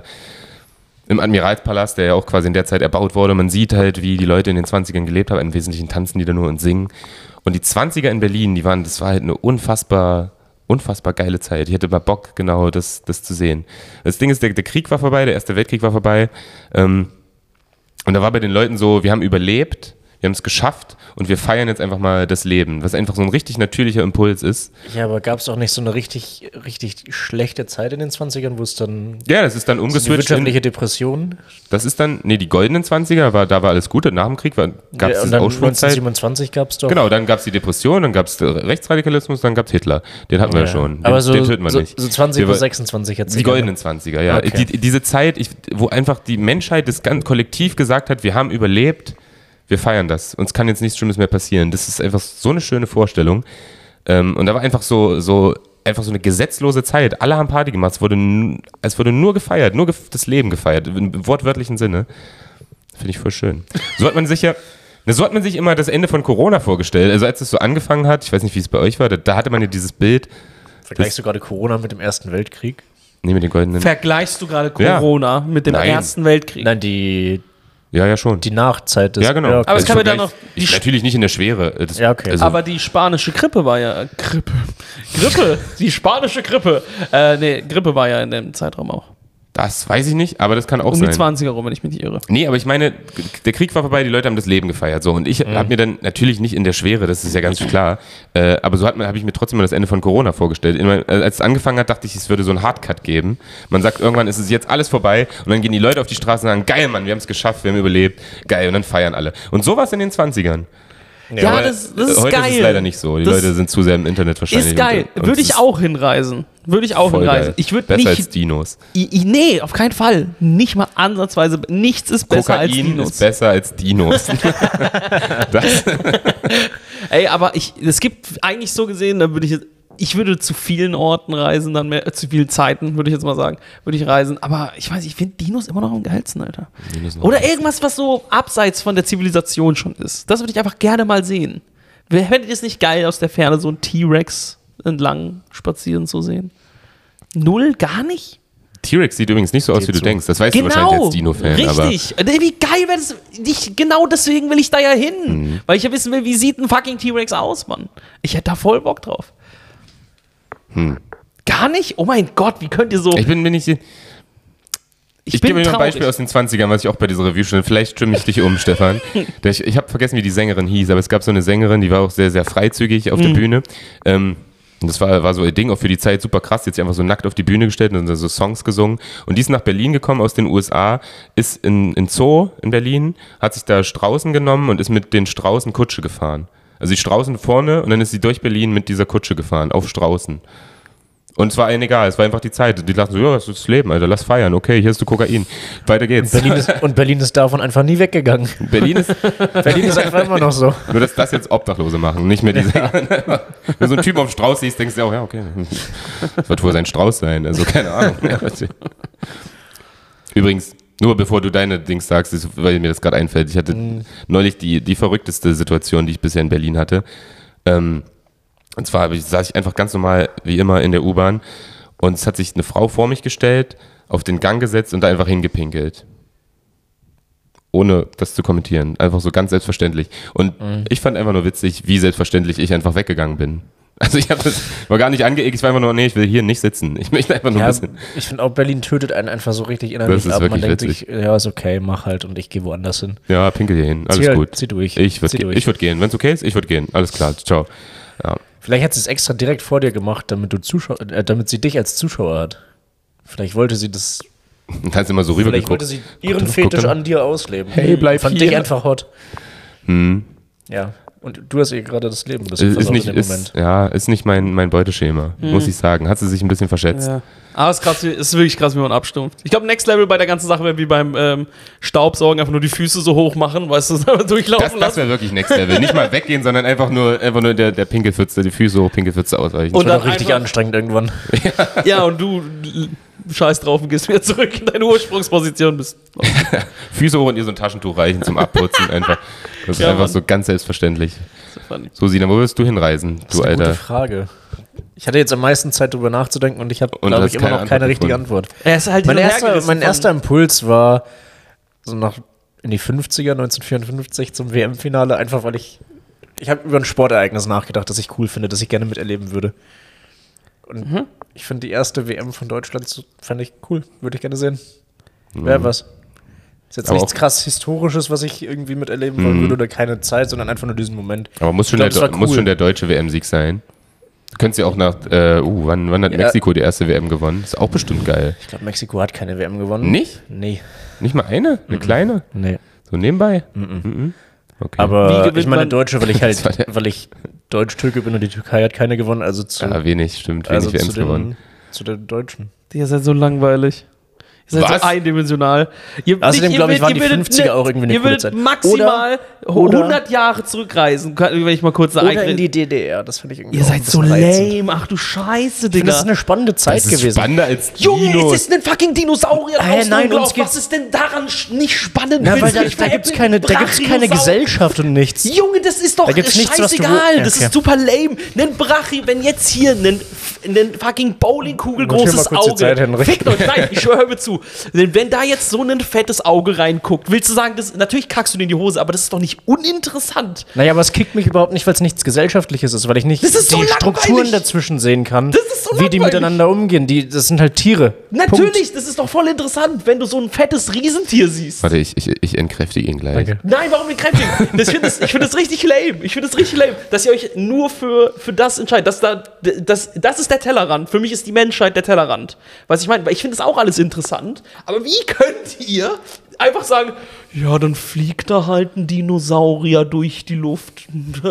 im Admiralspalast, der ja auch quasi in der Zeit erbaut wurde. Man sieht halt, wie die Leute in den 20ern gelebt haben. Im Wesentlichen tanzen die da nur und singen. Und die 20er in Berlin, das war halt eine unfassbar geile Zeit. Ich hatte mal Bock, genau das zu sehen. Das Ding ist, der Krieg war vorbei, der Erste Weltkrieg war vorbei. Und da war bei den Leuten so, wir haben überlebt, wir haben es geschafft und wir feiern jetzt einfach mal das Leben, was einfach so ein richtig natürlicher Impuls ist. Ja, aber gab es auch nicht so eine richtig schlechte Zeit in den 20ern, wo es dann... Ja, das ist dann umgeswitcht. Die wirtschaftliche Depression? Das ist dann, die goldenen 20er, da war alles gut, nach dem Krieg gab es die Aufschwungzeit. 1927 gab es doch... Genau, dann gab es die Depression, dann gab es Rechtsradikalismus, dann gab es Hitler. Den hatten wir ja schon. Aber den töten wir nicht. So 20 bis 26 jetzt. Die goldenen 20er, ja. Okay. Diese Zeit, wo einfach die Menschheit das ganz kollektiv gesagt hat, wir haben überlebt, wir feiern das. Uns kann jetzt nichts Schlimmes mehr passieren. Das ist einfach so eine schöne Vorstellung. Und da war einfach so eine gesetzlose Zeit. Alle haben Party gemacht. Es wurde nur gefeiert, nur das Leben gefeiert, im wortwörtlichen Sinne. Finde ich voll schön. So hat man sich immer das Ende von Corona vorgestellt. Also als es so angefangen hat, ich weiß nicht, wie es bei euch war, da hatte man ja dieses Bild. Vergleichst du gerade Corona mit dem Ersten Weltkrieg? Nee, mit den goldenen. Vergleichst du gerade Corona mit dem Ersten Weltkrieg? Nein, die schon. Die Nachzeit des... Ja, genau. Ja, okay. Aber es kann mir dann noch... Natürlich nicht in der Schwere. Okay. Also aber die spanische Grippe war ja... Grippe. Die spanische Grippe. Grippe war ja in dem Zeitraum auch. Das weiß ich nicht, aber das kann auch sein. Um die 20er rum, wenn ich mich nicht irre. Nee, aber ich meine, der Krieg war vorbei, die Leute haben das Leben gefeiert. So. Und ich habe mir dann natürlich nicht in der Schwere, das ist ja ganz klar, aber so habe ich mir trotzdem mal das Ende von Corona vorgestellt. Als es angefangen hat, dachte ich, es würde so einen Hardcut geben. Man sagt, irgendwann ist es jetzt alles vorbei und dann gehen die Leute auf die Straße und sagen, geil, Mann, wir haben es geschafft, wir haben überlebt, geil, und dann feiern alle. Und so war es in den 20ern. Ja, das ist heute geil. Heute ist es leider nicht so. Die Leute sind zu sehr im Internet wahrscheinlich. Ist geil. Würde ich auch hinreisen. Würde ich auch hinreisen. Ich würde besser als Dinos. Nee, auf keinen Fall. Nicht mal ansatzweise. Nichts ist besser als Dinos. Kokain ist besser als Dinos. Ey, aber es gibt eigentlich so gesehen, da würde ich würde zu vielen Orten reisen, dann zu vielen Zeiten, würde ich jetzt mal sagen, würde ich reisen. Aber ich weiß, ich finde Dinos immer noch am geilsten, Alter. Oder irgendwas, was so abseits von der Zivilisation schon ist. Das würde ich einfach gerne mal sehen. Fändet ihr es nicht geil, aus der Ferne so einen T-Rex entlang spazieren zu sehen? Null? Gar nicht? T-Rex sieht übrigens nicht so aus, wie du denkst. Das weißt du wahrscheinlich als Dino-Fan. Richtig. Wie geil wäre das? Genau deswegen will ich da ja hin. Weil ich ja wissen will, wie sieht ein fucking T-Rex aus, Mann. Ich hätte da voll Bock drauf. Gar nicht? Oh mein Gott, wie könnt ihr so... Ich gebe dir ein Beispiel aus den 20ern, was ich auch bei dieser Review schon... Vielleicht stimme ich dich um, Stefan. Ich habe vergessen, wie die Sängerin hieß, aber es gab so eine Sängerin, die war auch sehr, sehr freizügig auf der Bühne. Das war so ein Ding, auch für die Zeit super krass. Die hat sich einfach so nackt auf die Bühne gestellt und so Songs gesungen. Und die ist nach Berlin gekommen aus den USA, ist in Zoo in Berlin, hat sich da Straußen genommen und ist mit den Straußen Kutsche gefahren. Also die Straußen vorne und dann ist sie durch Berlin mit dieser Kutsche gefahren, auf Straußen. Und es war ihnen egal, es war einfach die Zeit. Die dachten so, ja, das ist das Leben, Alter, lass feiern. Okay, hier hast du Kokain. Weiter geht's. Und Berlin ist davon einfach nie weggegangen. Berlin ist einfach immer noch so. Nur, dass das jetzt Obdachlose machen, nicht mehr diese... Wenn du so einen Typen auf dem Strauß siehst, denkst du auch, ja, okay. Das wird wohl sein Strauß sein, also keine Ahnung. Übrigens, nur bevor du deine Dings sagst, weil mir das gerade einfällt, ich hatte neulich die verrückteste Situation, die ich bisher in Berlin hatte. Und zwar saß ich einfach ganz normal, wie immer, in der U-Bahn und es hat sich eine Frau vor mich gestellt, auf den Gang gesetzt und da einfach hingepinkelt. Ohne das zu kommentieren. Einfach so ganz selbstverständlich. Und ich fand einfach nur witzig, wie selbstverständlich ich einfach weggegangen bin. Also war gar nicht angeeckt, ich war einfach nur, nee, ich will hier nicht sitzen. Ich möchte einfach nur ein bisschen. Ich finde auch, Berlin tötet einen einfach so richtig innerlich ab. Man denkt sich, ja, ist okay, mach halt und ich gehe woanders hin. Ja, pinkel hier hin, alles gut. Zieh durch. Ich würde gehen. Wenn es okay ist, ich würde gehen. Alles klar, ciao. Ja. Vielleicht hat sie es extra direkt vor dir gemacht, damit sie dich als Zuschauer hat. Vielleicht wollte sie das. Und hast immer so rüber Vielleicht wollte sie ihren Fetisch an dir ausleben. Hey, bleib fand hier. Dich einfach hot. Ja. Und du hast ihr gerade das Leben ein bisschen versaut in dem Moment. Ist nicht mein Beuteschema, muss ich sagen. Hat sie sich ein bisschen verschätzt. Ja. Aber es ist wirklich krass, wie man abstumpft. Ich glaube, Next Level bei der ganzen Sache wäre wie beim Staubsaugen, einfach nur die Füße so hoch machen, weißt du, durchlaufen lassen. Das wäre wirklich Next Level. Nicht mal weggehen, sondern einfach nur der Pinkelpfütze, die Füße hoch, Pinkelpfütze ausweichen. Und dann richtig anstrengend irgendwann. Ja, und du scheiß drauf und gehst wieder zurück in deine Ursprungsposition. Füße hoch und ihr so ein Taschentuch reichen zum Abputzen einfach. Das ist einfach so ganz selbstverständlich. So, Sina, wo willst du hinreisen, du Alter? Gute Frage. Ich hatte jetzt am meisten Zeit, drüber nachzudenken und ich habe, glaube ich, immer noch keine richtige Antwort. Halt mein erster Impuls war so in die 50er, 1954 zum WM-Finale, einfach weil ich habe über ein Sportereignis nachgedacht, das ich cool finde, das ich gerne miterleben würde. Und ich finde die erste WM von Deutschland, fände ich cool, würde ich gerne sehen. Wäre was. Ist jetzt nichts krass Historisches, was ich irgendwie miterleben wollen würde oder keine Zeit, sondern einfach nur diesen Moment. Aber muss schon der deutsche WM-Sieg sein? Du könntest ja auch wann hat Mexiko die erste WM gewonnen? Ist auch bestimmt geil. Ich glaube, Mexiko hat keine WM gewonnen. Nicht? Nee. Nicht mal eine? Eine kleine? Nee. So nebenbei? Okay. Aber ich meine Deutsche, weil ich Deutsch-Türke bin und die Türkei hat keine gewonnen, also wenig, stimmt. Wenig WMs gewonnen. Zu den Deutschen. Die seid so langweilig. Ihr seid so eindimensional. Außerdem, glaube ich, waren die 50er auch irgendwie eine coole Zeit. Ihr würdet maximal 100 Jahre zurückreisen, wenn ich mal kurz sagen. Oder in die DDR, das finde ich irgendwie. Ihr seid so lame, ach du Scheiße, Digga. Das ist eine spannende Zeit gewesen. Spannender als Dinos. Junge, es ist ein fucking Dinosaurier draußen. Nein, was ist denn daran nicht spannend? Na, weil da gibt's keine Gesellschaft und nichts. Junge, das ist doch scheißegal. Das ist super lame. Nen Brachi, wenn jetzt hier einen fucking Bowlingkugel großes Auge. Fickt euch, nein, ich höre mir zu. Wenn da jetzt so ein fettes Auge reinguckt, willst du sagen, natürlich kackst du dir in die Hose, aber das ist doch nicht uninteressant. Naja, aber es kickt mich überhaupt nicht, weil es nichts Gesellschaftliches ist, weil ich nicht die Strukturen dazwischen sehen kann, wie die miteinander umgehen. Das sind halt Tiere. Natürlich, Punkt. Das ist doch voll interessant, wenn du so ein fettes Riesentier siehst. Warte, ich entkräftige ihn gleich. Danke. Nein, warum entkräftigen? Ich finde das richtig lame. Dass ihr euch nur für das entscheidet. Das ist der Tellerrand. Für mich ist die Menschheit der Tellerrand. Was ich meine, weil ich finde das auch alles interessant. Aber wie könnt ihr einfach sagen, ja, dann fliegt da halt ein Dinosaurier durch die Luft.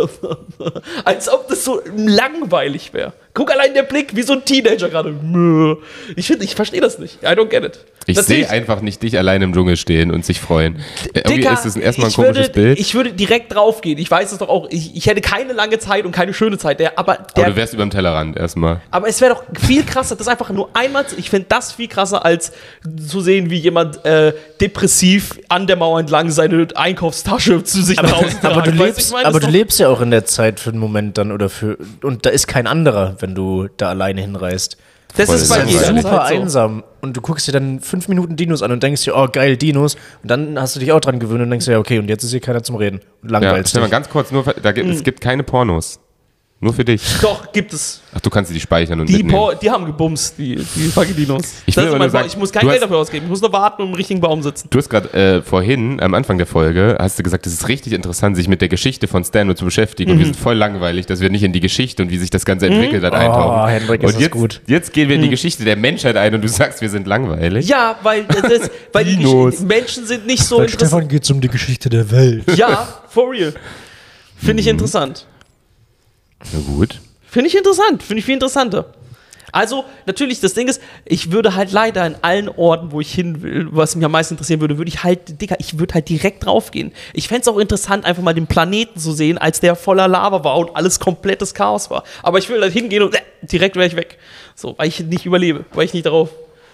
Als ob das so langweilig wäre. Guck allein der Blick, wie so ein Teenager gerade. Ich verstehe das nicht. I don't get it. Ich sehe einfach nicht dich allein im Dschungel stehen und sich freuen. Irgendwie ist das erstmal ein komisches Bild. Ich würde direkt draufgehen. Ich weiß es doch auch. Ich hätte keine lange Zeit und keine schöne Zeit. Aber du wärst über dem Tellerrand erstmal. Aber es wäre doch viel krasser, das einfach nur einmal ich finde das viel krasser, als zu sehen, wie jemand depressiv an der Mauer entlang seine Einkaufstasche zu sich nach Hause trägt. Aber du lebst ja auch in der Zeit für einen Moment dann und da ist kein anderer, wenn du da alleine hinreist. Das ist bei jeder super einsam. Und du guckst dir dann 5 Minuten Dinos an und denkst dir, oh geil, Dinos. Und dann hast du dich auch dran gewöhnt und denkst dir, ja, okay, und jetzt ist hier keiner zum Reden. Und langweilst dich. Mal ganz kurz, es gibt keine Pornos. Nur für dich. Doch, gibt es. Ach, du kannst die speichern und mitnehmen. Die haben gebumst, die fucking Dinos. Ich muss kein Geld dafür ausgeben. Ich muss nur warten und im richtigen Baum sitzen. Du hast gerade vorhin, am Anfang der Folge, hast du gesagt, es ist richtig interessant, sich mit der Geschichte von Stan zu beschäftigen. Und wir sind voll langweilig, dass wir nicht in die Geschichte und wie sich das Ganze entwickelt hat eintauchen. Oh, Hendrik, ist das gut. Jetzt gehen wir in die Geschichte der Menschheit ein und du sagst, wir sind langweilig. Ja, weil die Menschen sind nicht so interessant. Stefan geht es um die Geschichte der Welt. Ja, for real. Finde ich interessant. Na gut. Finde ich interessant, finde ich viel interessanter. Also, natürlich, das Ding ist, ich würde halt leider in allen Orten, wo ich hin will, was mich am meisten interessieren würde, ich würde halt direkt draufgehen. Ich fände es auch interessant, einfach mal den Planeten zu sehen, als der voller Lava war und alles komplettes Chaos war. Aber ich will halt hingehen und direkt wäre ich weg. So, weil ich nicht überlebe, weil ich nicht darauf...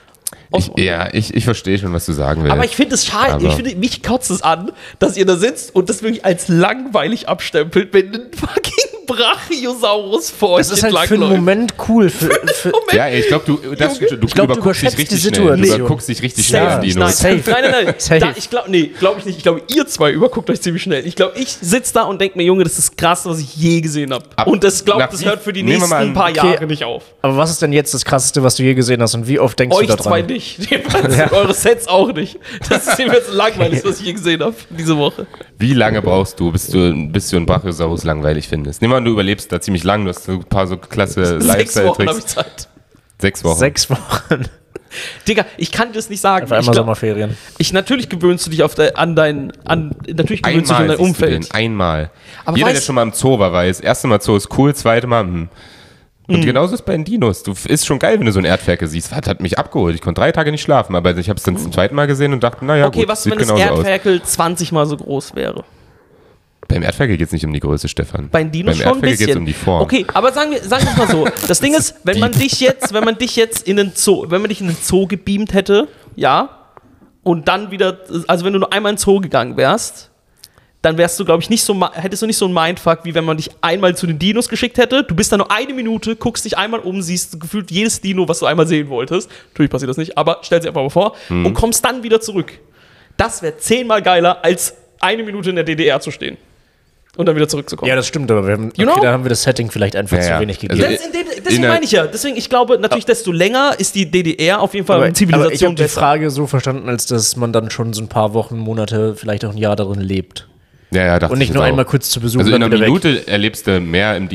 Ich verstehe schon, was du sagen willst. Aber ich finde es schade, mich kotzt es an, dass ihr da sitzt und das wirklich als langweilig abstempelt, wenn ein fucking Brachiosaurus vor euch entlang läuft. Das ist halt für einen Moment cool. Ja, ich glaube, du überguckst dich richtig schnell. Du überguckst dich richtig schnell in Dinos. Nein. Glaube ich nicht. Ich glaube, ihr zwei überguckt euch ziemlich schnell. Ich glaube, ich sitze da und denke mir, Junge, das ist das Krasseste, was ich je gesehen habe. Und das hört für die nächsten paar Jahre nicht auf. Aber was ist denn jetzt das Krasseste, was du je gesehen hast und wie oft denkst du da dran? Euch zwei nicht. Eure Sets auch nicht. Das ist mir jetzt langweilig, was ich je gesehen habe diese Woche. Wie lange brauchst du, bis du einen Brachiosaurus langweilig findest? Nehmen wir an, du überlebst da ziemlich lang, du hast ein paar so klasse Lifestyle-Tricks. 6 Wochen habe ich Zeit. 6 Wochen. 6 Wochen. Digga, ich kann dir das nicht sagen. Auf einmal Sommerferien. Natürlich gewöhnst du dich an dein Umfeld. Einmal. Aber jeder, der schon mal im Zoo war, weiß, erste Mal Zoo ist cool, zweite Mal, Und genauso ist es bei den Dinos. Ist schon geil, wenn du so ein Erdferkel siehst. Das hat mich abgeholt. Ich konnte 3 Tage nicht schlafen, aber ich habe es dann zum zweiten Mal gesehen und dachte, naja, okay, gut, was, wenn das Erdferkel 20 Mal so groß wäre? Beim Erdferkel geht es nicht um die Größe, Stefan. Bei den Dinos schon ein bisschen. Geht es um die Form. Okay, aber sagen wir es mal so. Das Ding ist, wenn man dich jetzt in den Zoo gebeamt hätte, ja, und dann wieder, also wenn du nur einmal in den Zoo gegangen wärst, dann wärst du, glaube ich, hättest du nicht so einen Mindfuck, wie wenn man dich einmal zu den Dinos geschickt hätte. Du bist da nur 1 Minute, guckst dich einmal um, siehst gefühlt jedes Dino, was du einmal sehen wolltest. Natürlich passiert das nicht, aber stell dir einfach mal vor. Und kommst dann wieder zurück. Das wäre 10-mal geiler, als 1 Minute in der DDR zu stehen. Und dann wieder zurückzukommen. Ja, das stimmt, aber da haben wir das Setting vielleicht einfach zu wenig gegeben. Also deswegen meine ich ja. Deswegen, ich glaube, natürlich, desto länger ist die DDR auf jeden Fall eine Zivilisation aber ich habe die Frage so verstanden, als dass man dann schon so ein paar Wochen, Monate, vielleicht auch ein Jahr darin lebt. Ja, und nicht nur einmal kurz zu besuchen. Also in einer Minute erlebst du mehr in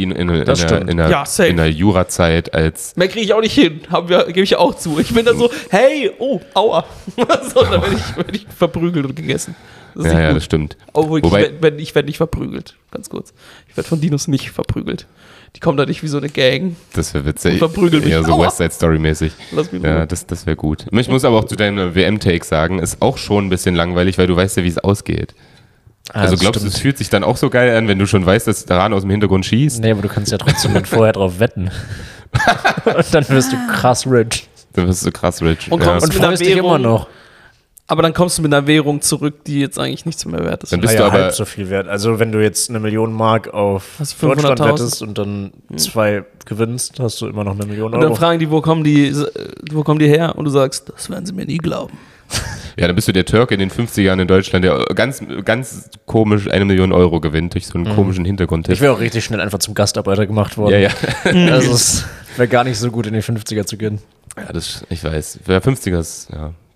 der Jurazeit als... Mehr kriege ich auch nicht hin, gebe ich ja auch zu. Ich bin dann so, hey, aua. So, dann werde ich verprügelt und gegessen. Das stimmt. Wobei, ich werde nicht verprügelt, ganz kurz. Ich werde von Dinos nicht verprügelt. Die kommen da nicht wie so eine Gang. Das wäre witzig. Und verprügeln mich. Ja, so West Side Story mäßig. Lass mich ja, das wäre gut. Ich muss aber auch zu deinem WM-Take sagen, ist auch schon ein bisschen langweilig, weil du weißt ja, wie es ausgeht. Also glaubst du, es fühlt sich dann auch so geil an, wenn du schon weißt, dass Daran aus dem Hintergrund schießt? Nee, aber du kannst ja trotzdem dann vorher drauf wetten. Und dann wirst du krass rich. Und freust dich immer noch. Aber dann kommst du mit einer Währung zurück, die jetzt eigentlich nichts mehr wert ist. Dann bist du aber halb so viel wert. Also wenn du jetzt 1 Million Mark auf Deutschland wettest und dann 2 gewinnst, hast du immer noch 1 Million Euro. Und dann fragen die, wo kommen die her? Und du sagst, das werden sie mir nie glauben. Ja, dann bist du der Türke in den 50ern in Deutschland, der ganz, ganz komisch 1 Million Euro gewinnt durch so einen komischen Hintergrund. Ich wäre auch richtig schnell einfach zum Gastarbeiter gemacht worden. Ja. Also es wäre gar nicht so gut, in die 50er zu gehen. Ja, ich weiß. Der 50er ist,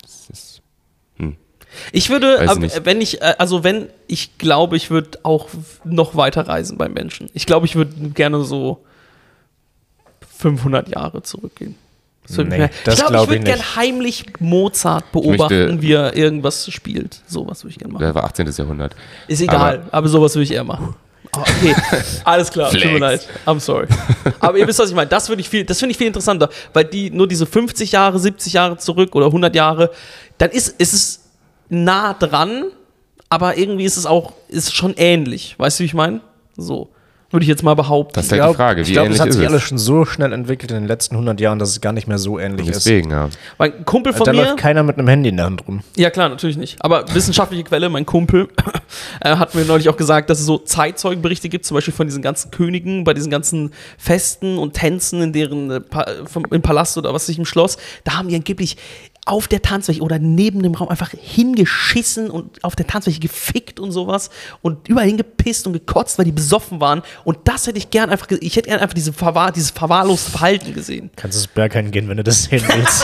Ich würde, ich glaube, ich würde auch noch weiter reisen beim Menschen. Ich glaube, ich würde gerne so 500 Jahre zurückgehen. das ich würde gerne heimlich Mozart beobachten, wie er irgendwas spielt. Sowas würde ich gerne machen. Der war 18. Jahrhundert. Ist egal, aber sowas würde ich eher machen. Okay, alles klar, tut mir leid. I'm sorry. Aber ihr wisst, was ich meine. Das finde ich viel interessanter, weil nur diese 50 Jahre, 70 Jahre zurück oder 100 Jahre, dann ist es nah dran, aber irgendwie ist es schon ähnlich. Weißt du, wie ich meine? So. Würde ich jetzt mal behaupten. Das ist halt die Frage, wie ähnlich ist es? Das hat sich alles schon so schnell entwickelt in den letzten 100 Jahren, dass es gar nicht mehr so ähnlich Deswegen, ja. Mein Kumpel von mir... Da läuft keiner mit einem Handy in der Hand rum. Ja, klar, natürlich nicht. Aber wissenschaftliche Quelle, mein Kumpel, hat mir neulich auch gesagt, dass es so Zeitzeugenberichte gibt, zum Beispiel von diesen ganzen Königen, bei diesen ganzen Festen und Tänzen in deren im Palast oder was weiß ich, im Schloss. Da haben die angeblich auf der Tanzfläche oder neben dem Raum einfach hingeschissen und auf der Tanzfläche gefickt und sowas und überall hingepisst und gekotzt, weil die besoffen waren. Und das hätte ich gern einfach, dieses verwahrloste Verhalten gesehen. Kannst du das Berghain gehen, wenn du das sehen willst.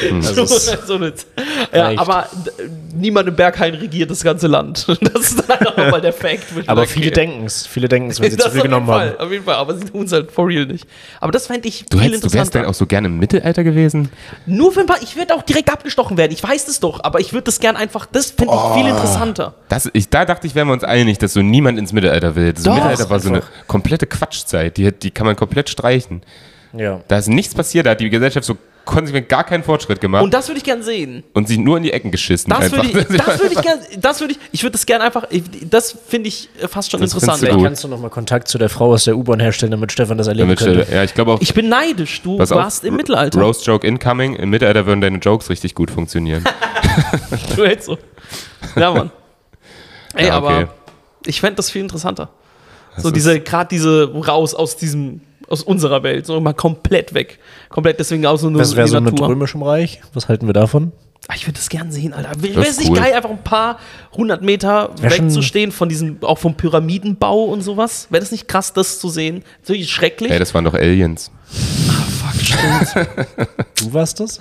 Aber niemand im Berghain regiert das ganze Land. Das ist dann auch mal der Fact. Aber viele denken es, wenn sie zu viel genommen haben. Auf jeden Fall, aber sie tun es halt for real nicht. Aber das fände ich viel interessanter. Du wärst dann auch so gerne im Mittelalter gewesen? Nur für ein paar, ich würde auch direkt abgestochen werden, ich weiß das doch, aber ich würde das gern einfach, das finde ich viel interessanter. Da dachte ich, wären wir uns einig, dass so niemand ins Mittelalter will. Das Mittelalter war so eine komplette Quatschzeit, die kann man komplett streichen. Ja. Da ist nichts passiert, da hat die Gesellschaft so konsequent gar keinen Fortschritt gemacht. Und das würde ich gern sehen. Und sich nur in die Ecken geschissen. Ich würde das gern einfach, das finde ich fast schon interessant. Vielleicht kannst du nochmal Kontakt zu der Frau aus der U-Bahn herstellen, damit Stefan das erleben könnte. Ja, ich glaube auch. Ich bin neidisch, du warst im Mittelalter. Roast Joke incoming, im Mittelalter würden deine Jokes richtig gut funktionieren. Du hältst so. Ja, Mann. Ey, ja, okay. Aber ich fände das viel interessanter. So diese raus aus unserer Welt, so mal komplett weg. Komplett deswegen aus nur das wäre so mit römischem Reich. Was halten wir davon? Ich würde das gern sehen, Alter. Wäre es nicht geil, einfach ein paar 100 Meter wegzustehen von auch vom Pyramidenbau und sowas? Wäre das nicht krass, das zu sehen? Natürlich schrecklich. Ey, das waren doch Aliens. Fuck, stimmt. Du warst das?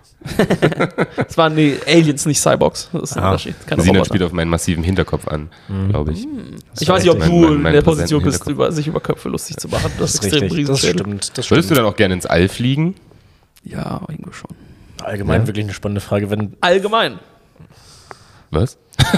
Das waren die Aliens, nicht Cyborgs. Das ist ein Unterschied. Sinan spielt auf meinen massiven Hinterkopf an, glaube ich. Ich weiß nicht, ob du in der Position bist, sich über Köpfe lustig zu machen. Das ist extrem das stimmt. Würdest du dann auch gerne ins All fliegen? Ja, irgendwo schon. Allgemein wirklich eine spannende Frage. Allgemein. Was?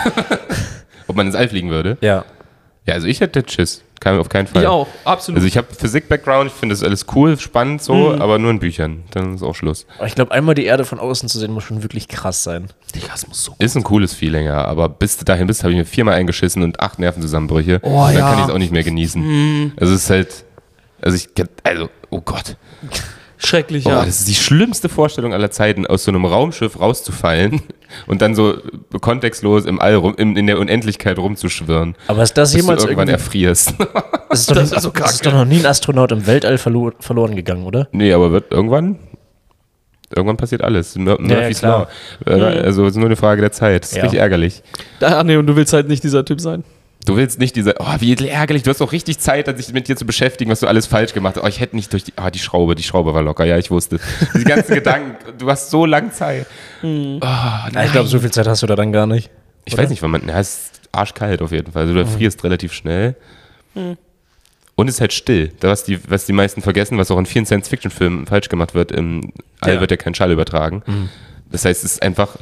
Ob man ins All fliegen würde? Ja. Ja, also ich hätte Schiss. Auf keinen Fall. Ich auch, absolut. Also ich habe Physik-Background, ich finde das alles cool, spannend so, aber nur in Büchern. Dann ist auch Schluss. Aber ich glaube, einmal die Erde von außen zu sehen, muss schon wirklich krass sein. Das muss so ist ein cooles Feeling, ja. Aber bis du dahin bist, habe ich mir 4-mal eingeschissen und 8 Nervenzusammenbrüche. Oh, dann kann ich es auch nicht mehr genießen. Also es ist halt, oh Gott. Schrecklich, ja. Das ist die schlimmste Vorstellung aller Zeiten, aus so einem Raumschiff rauszufallen und dann so kontextlos im All in der Unendlichkeit rumzuschwirren. Aber ist das jemals du irgendwann erfrierst? Das ist doch noch nie ein Astronaut im Weltall verloren gegangen, oder? Nee, aber irgendwann passiert alles. Murphy's Law. Also es ist nur eine Frage der Zeit. Das ist richtig ärgerlich. Nee, und du willst halt nicht dieser Typ sein. Du willst nicht wie ärgerlich, du hast auch richtig Zeit, sich mit dir zu beschäftigen, was du alles falsch gemacht hast. Ich hätte nicht die Schraube war locker, ja, ich wusste. Die ganzen Gedanken, du hast so lange Zeit. Ich glaube, so viel Zeit hast du da dann gar nicht. Ich weiß nicht, es ist arschkalt auf jeden Fall. Also du frierst relativ schnell. Und es ist halt still. Was die meisten vergessen, was auch in vielen Science-Fiction-Filmen falsch gemacht wird, im All wird ja kein Schall übertragen. Das heißt, es ist einfach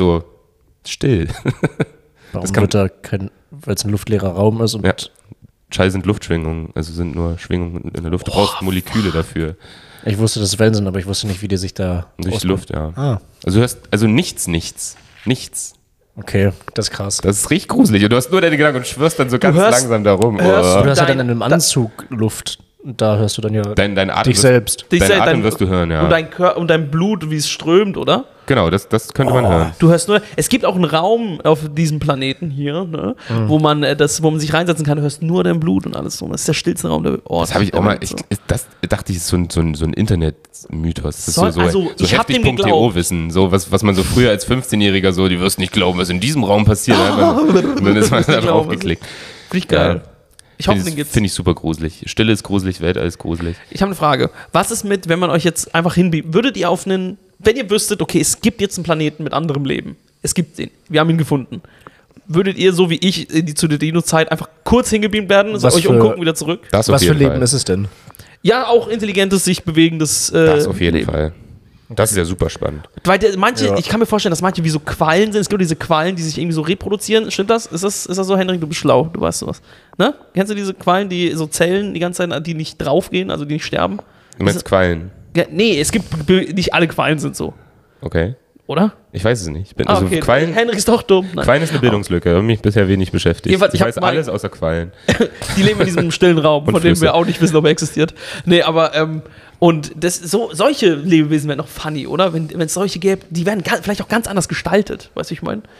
still. Warum wird da weil es ein luftleerer Raum ist und Schall sind Luftschwingungen, also sind nur Schwingungen in der Luft. Du brauchst Moleküle dafür. Ich wusste, dass es Wellen sind, aber ich wusste nicht, wie die sich da durch die Luft, ja. Also du hast nichts. Okay, das ist krass. Das ist richtig gruselig. Und du hast nur deine Gedanken und schwirrst dann so ganz langsam da rum. Du hast ja dann in einem Anzug Luft. Und da hörst du dann ja dein Atem dich selbst. Dein Atem wirst du hören, ja. Und dein Blut, wie es strömt, oder? Genau, das könnte man hören. Du hörst nur, es gibt auch einen Raum auf diesem Planeten hier, ne, wo man sich reinsetzen kann, du hörst nur dein Blut und alles so. Das ist der stillste Raum der Ort. Das habe ich auch mal, das dachte ich, ist so ein Internet-Mythos. Das ist so heftig.to-Wissen, so was man so früher als 15-Jähriger so, die wirst nicht glauben, was in diesem Raum passiert. Und dann ist man da drauf geklickt. Finde ich geil. Finde ich super gruselig. Stille ist gruselig, Weltall ist gruselig. Ich habe eine Frage. Was ist mit, wenn man euch jetzt einfach hinbeamt, würdet ihr wenn ihr wüsstet, okay, es gibt jetzt einen Planeten mit anderem Leben, es gibt den, wir haben ihn gefunden, würdet ihr so wie ich zu der Dino-Zeit einfach kurz hingebeamt werden, euch umgucken, wieder zurück? Was für Leben ist es denn? Ja, auch intelligentes, sich bewegendes das auf jeden Fall. Das ist ja super spannend. Weil ich kann mir vorstellen, dass manche wie so Quallen sind. Es gibt diese Quallen, die sich irgendwie so reproduzieren. Stimmt das? Ist das so, Henrik? Du bist schlau, du weißt sowas. Ne? Kennst du diese Quallen, die so Zellen die ganze Zeit, die nicht draufgehen, also die nicht sterben? Du meinst Quallen? Ja, nee, es gibt nicht alle Quallen sind so. Okay. Oder? Ich weiß es nicht. Okay. Quallen, Henrik ist doch dumm. Nein. Quallen ist eine Bildungslücke. Ich habe mich bisher wenig beschäftigt. Jedenfalls, ich weiß alles außer Quallen. Die leben in diesem stillen Raum, von dem wir auch nicht wissen, ob er existiert. Nee, aber und solche Lebewesen wären noch funny, oder? Wenn es solche gäbe, die werden vielleicht auch ganz anders gestaltet. Weißt du, ich meine?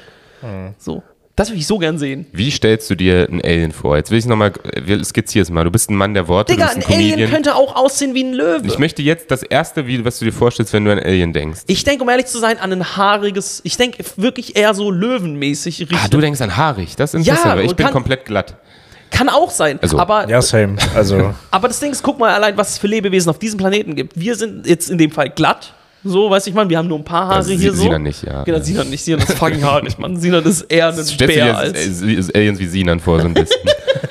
So. Das würde ich so gern sehen. Wie stellst du dir einen Alien vor? Jetzt will ich nochmal, skizziere es mal. Du bist ein Mann der Worte, Digga, du bist ein Comedian. Alien könnte auch aussehen wie ein Löwe. Ich möchte jetzt das Erste, was du dir vorstellst, wenn du an Alien denkst. Ich denke, um ehrlich zu sein, an ein haariges, ich denke wirklich eher so löwenmäßig. Du denkst an haarig, das ist interessant, weil ich bin komplett glatt. Kann auch sein, also, aber... Ja, same. Also. Aber das Ding ist, guck mal allein, was es für Lebewesen auf diesem Planeten gibt. Wir sind jetzt in dem Fall glatt. So, weißt du, ich meine, wir haben nur ein paar Haare hier so. Sinan nicht, ja. Genau, Sinan nicht. Sinan ist fucking haarig, Mann. Sinan ist eher ein Bär als... Stellst du dir jetzt Aliens wie Sinan vor, so ein bisschen.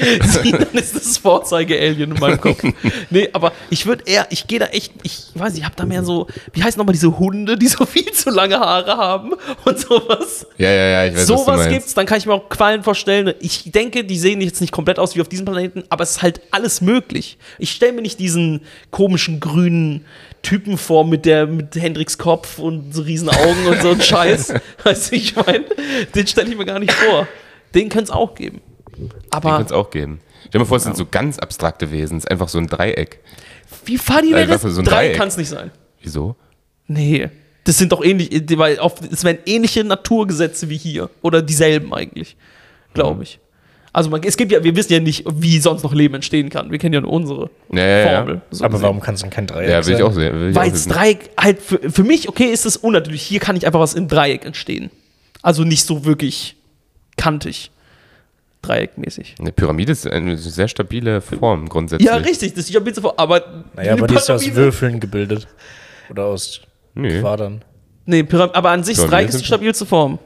Sinan ist das Vorzeige-Alien in meinem Kopf. Nee, aber ich gehe da echt, ich weiß nicht, ich hab da mehr so, wie heißen nochmal diese Hunde, die so viel zu lange Haare haben und sowas. Ja, ich weiß, sowas gibt's, dann kann ich mir auch Quallen vorstellen. Ich denke, die sehen jetzt nicht komplett aus wie auf diesem Planeten, aber es ist halt alles möglich. Ich stelle mir nicht diesen komischen grünen Typen vor mit Hendriks Kopf und so riesen Augen und so ein Scheiß. Weißt du, ich meine, den stelle ich mir gar nicht vor. Den könnte es auch geben. Aber den könnte es auch geben. Stell dir mal vor, es sind so ganz abstrakte Wesen. Es ist einfach so ein Dreieck. Wie funny wäre das? So ein Dreieck kann es nicht sein. Wieso? Nee. Das sind doch ähnlich, weil es wären ähnliche Naturgesetze wie hier. Oder dieselben eigentlich. Glaube ich. Also es gibt ja, wir wissen ja nicht, wie sonst noch Leben entstehen kann. Wir kennen ja nur unsere Formel. So aber warum kann es dann kein Dreieck sein? Ja, will ich auch sehen. Weil das Dreieck halt für mich, okay, ist es unnatürlich. Hier kann nicht einfach was im Dreieck entstehen. Also nicht so wirklich kantig. Dreieckmäßig. Eine Pyramide ist eine sehr stabile Form grundsätzlich. Ja, richtig, das ist die stabilste Form. Aber die ist aus Würfeln gebildet. Oder aus Quadern. Nee, aber an sich ist Dreieck ist die stabilste Form.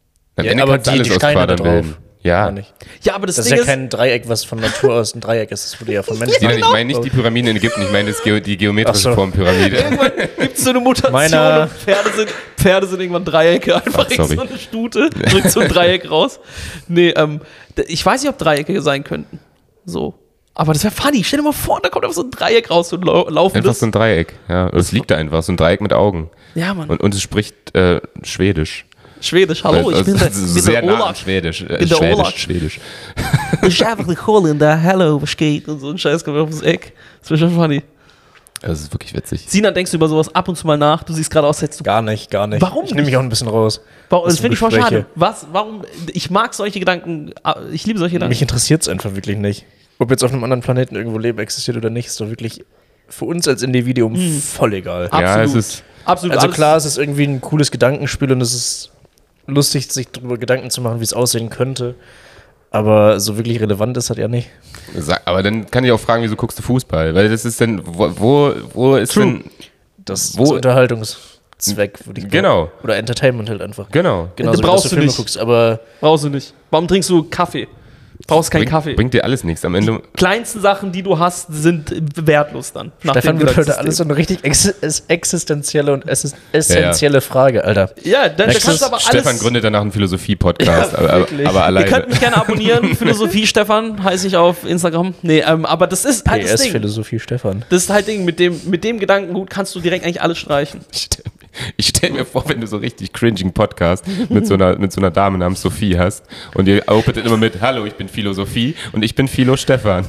Aber die Steine da drauf. Ja. Ja, aber das ist Ding ja kein Dreieck, was von Natur aus ein Dreieck ist. Das wurde ja von Menschen. Ich meine nicht die Pyramiden in Ägypten, ich meine die geometrische Form Pyramide. Irgendwann gibt es so eine Mutation und Pferde sind irgendwann Dreiecke. Einfach so eine Stute, drückt so ein Dreieck raus. Nee, ich weiß nicht, ob Dreiecke sein könnten. So. Aber das wäre funny. Stell dir mal vor, da kommt einfach so ein Dreieck raus und laufen einfach so ein Dreieck, ja. Es liegt da einfach, so ein Dreieck mit Augen. Ja, Mann. Und es spricht Schwedisch. Schwedisch, hallo, ich bin sehr der nah Olaf. Schwedisch. Schwedisch. Ich bin einfach der Holländer, hallo, was geht? Und so ein Scheiß kommt auf das Eck. Das wäre schon funny. Das ist wirklich witzig. Sinan, denkst du über sowas ab und zu mal nach? Du siehst gerade aus, als du... Gar nicht. Warum? Ich nehme mich auch ein bisschen raus. Das finde ich voll schade. Warum? Ich mag solche Gedanken, ich liebe solche Gedanken. Mich interessiert es einfach wirklich nicht. Ob jetzt auf einem anderen Planeten irgendwo Leben existiert oder nicht, ist doch wirklich für uns als Individuum voll egal. Absolut. Ja, es ist... Absolut. Also klar, es ist irgendwie ein cooles Gedankenspiel und es ist lustig, sich darüber Gedanken zu machen, wie es aussehen könnte. Aber so wirklich relevant ist das ja nicht. Aber dann kann ich auch fragen, wieso guckst du Fußball? Weil das ist dann, wo ist denn... Das ist Unterhaltungszweck, würde ich sagen. Genau. Oder Entertainment halt einfach. Genau. Genauso, brauchst wie du Filme nicht. guckst, aber... Brauchst du nicht. Warum trinkst du Kaffee? Brauchst keinen Kaffee. Bringt dir alles nichts. Am Ende. Die kleinsten Sachen, die du hast, sind wertlos dann. Stefan wird heute alles so eine richtig existenzielle und essentielle Frage, Alter. Ja, dann kannst du aber alles... Stefan gründet danach einen Philosophie-Podcast, aber alleine. Ihr könnt mich gerne abonnieren. Philosophie Stefan heiße ich auf Instagram. Nee, aber das ist halt das Ding. Philosophie Stefan. Das ist halt Ding, mit dem Gedankengut kannst du direkt eigentlich alles streichen. Ich stell mir vor, wenn du so richtig cringing Podcast mit so einer Dame namens Sophie hast und ihr openet immer mit Hallo, ich bin Philosophie und ich bin Philo Stefan.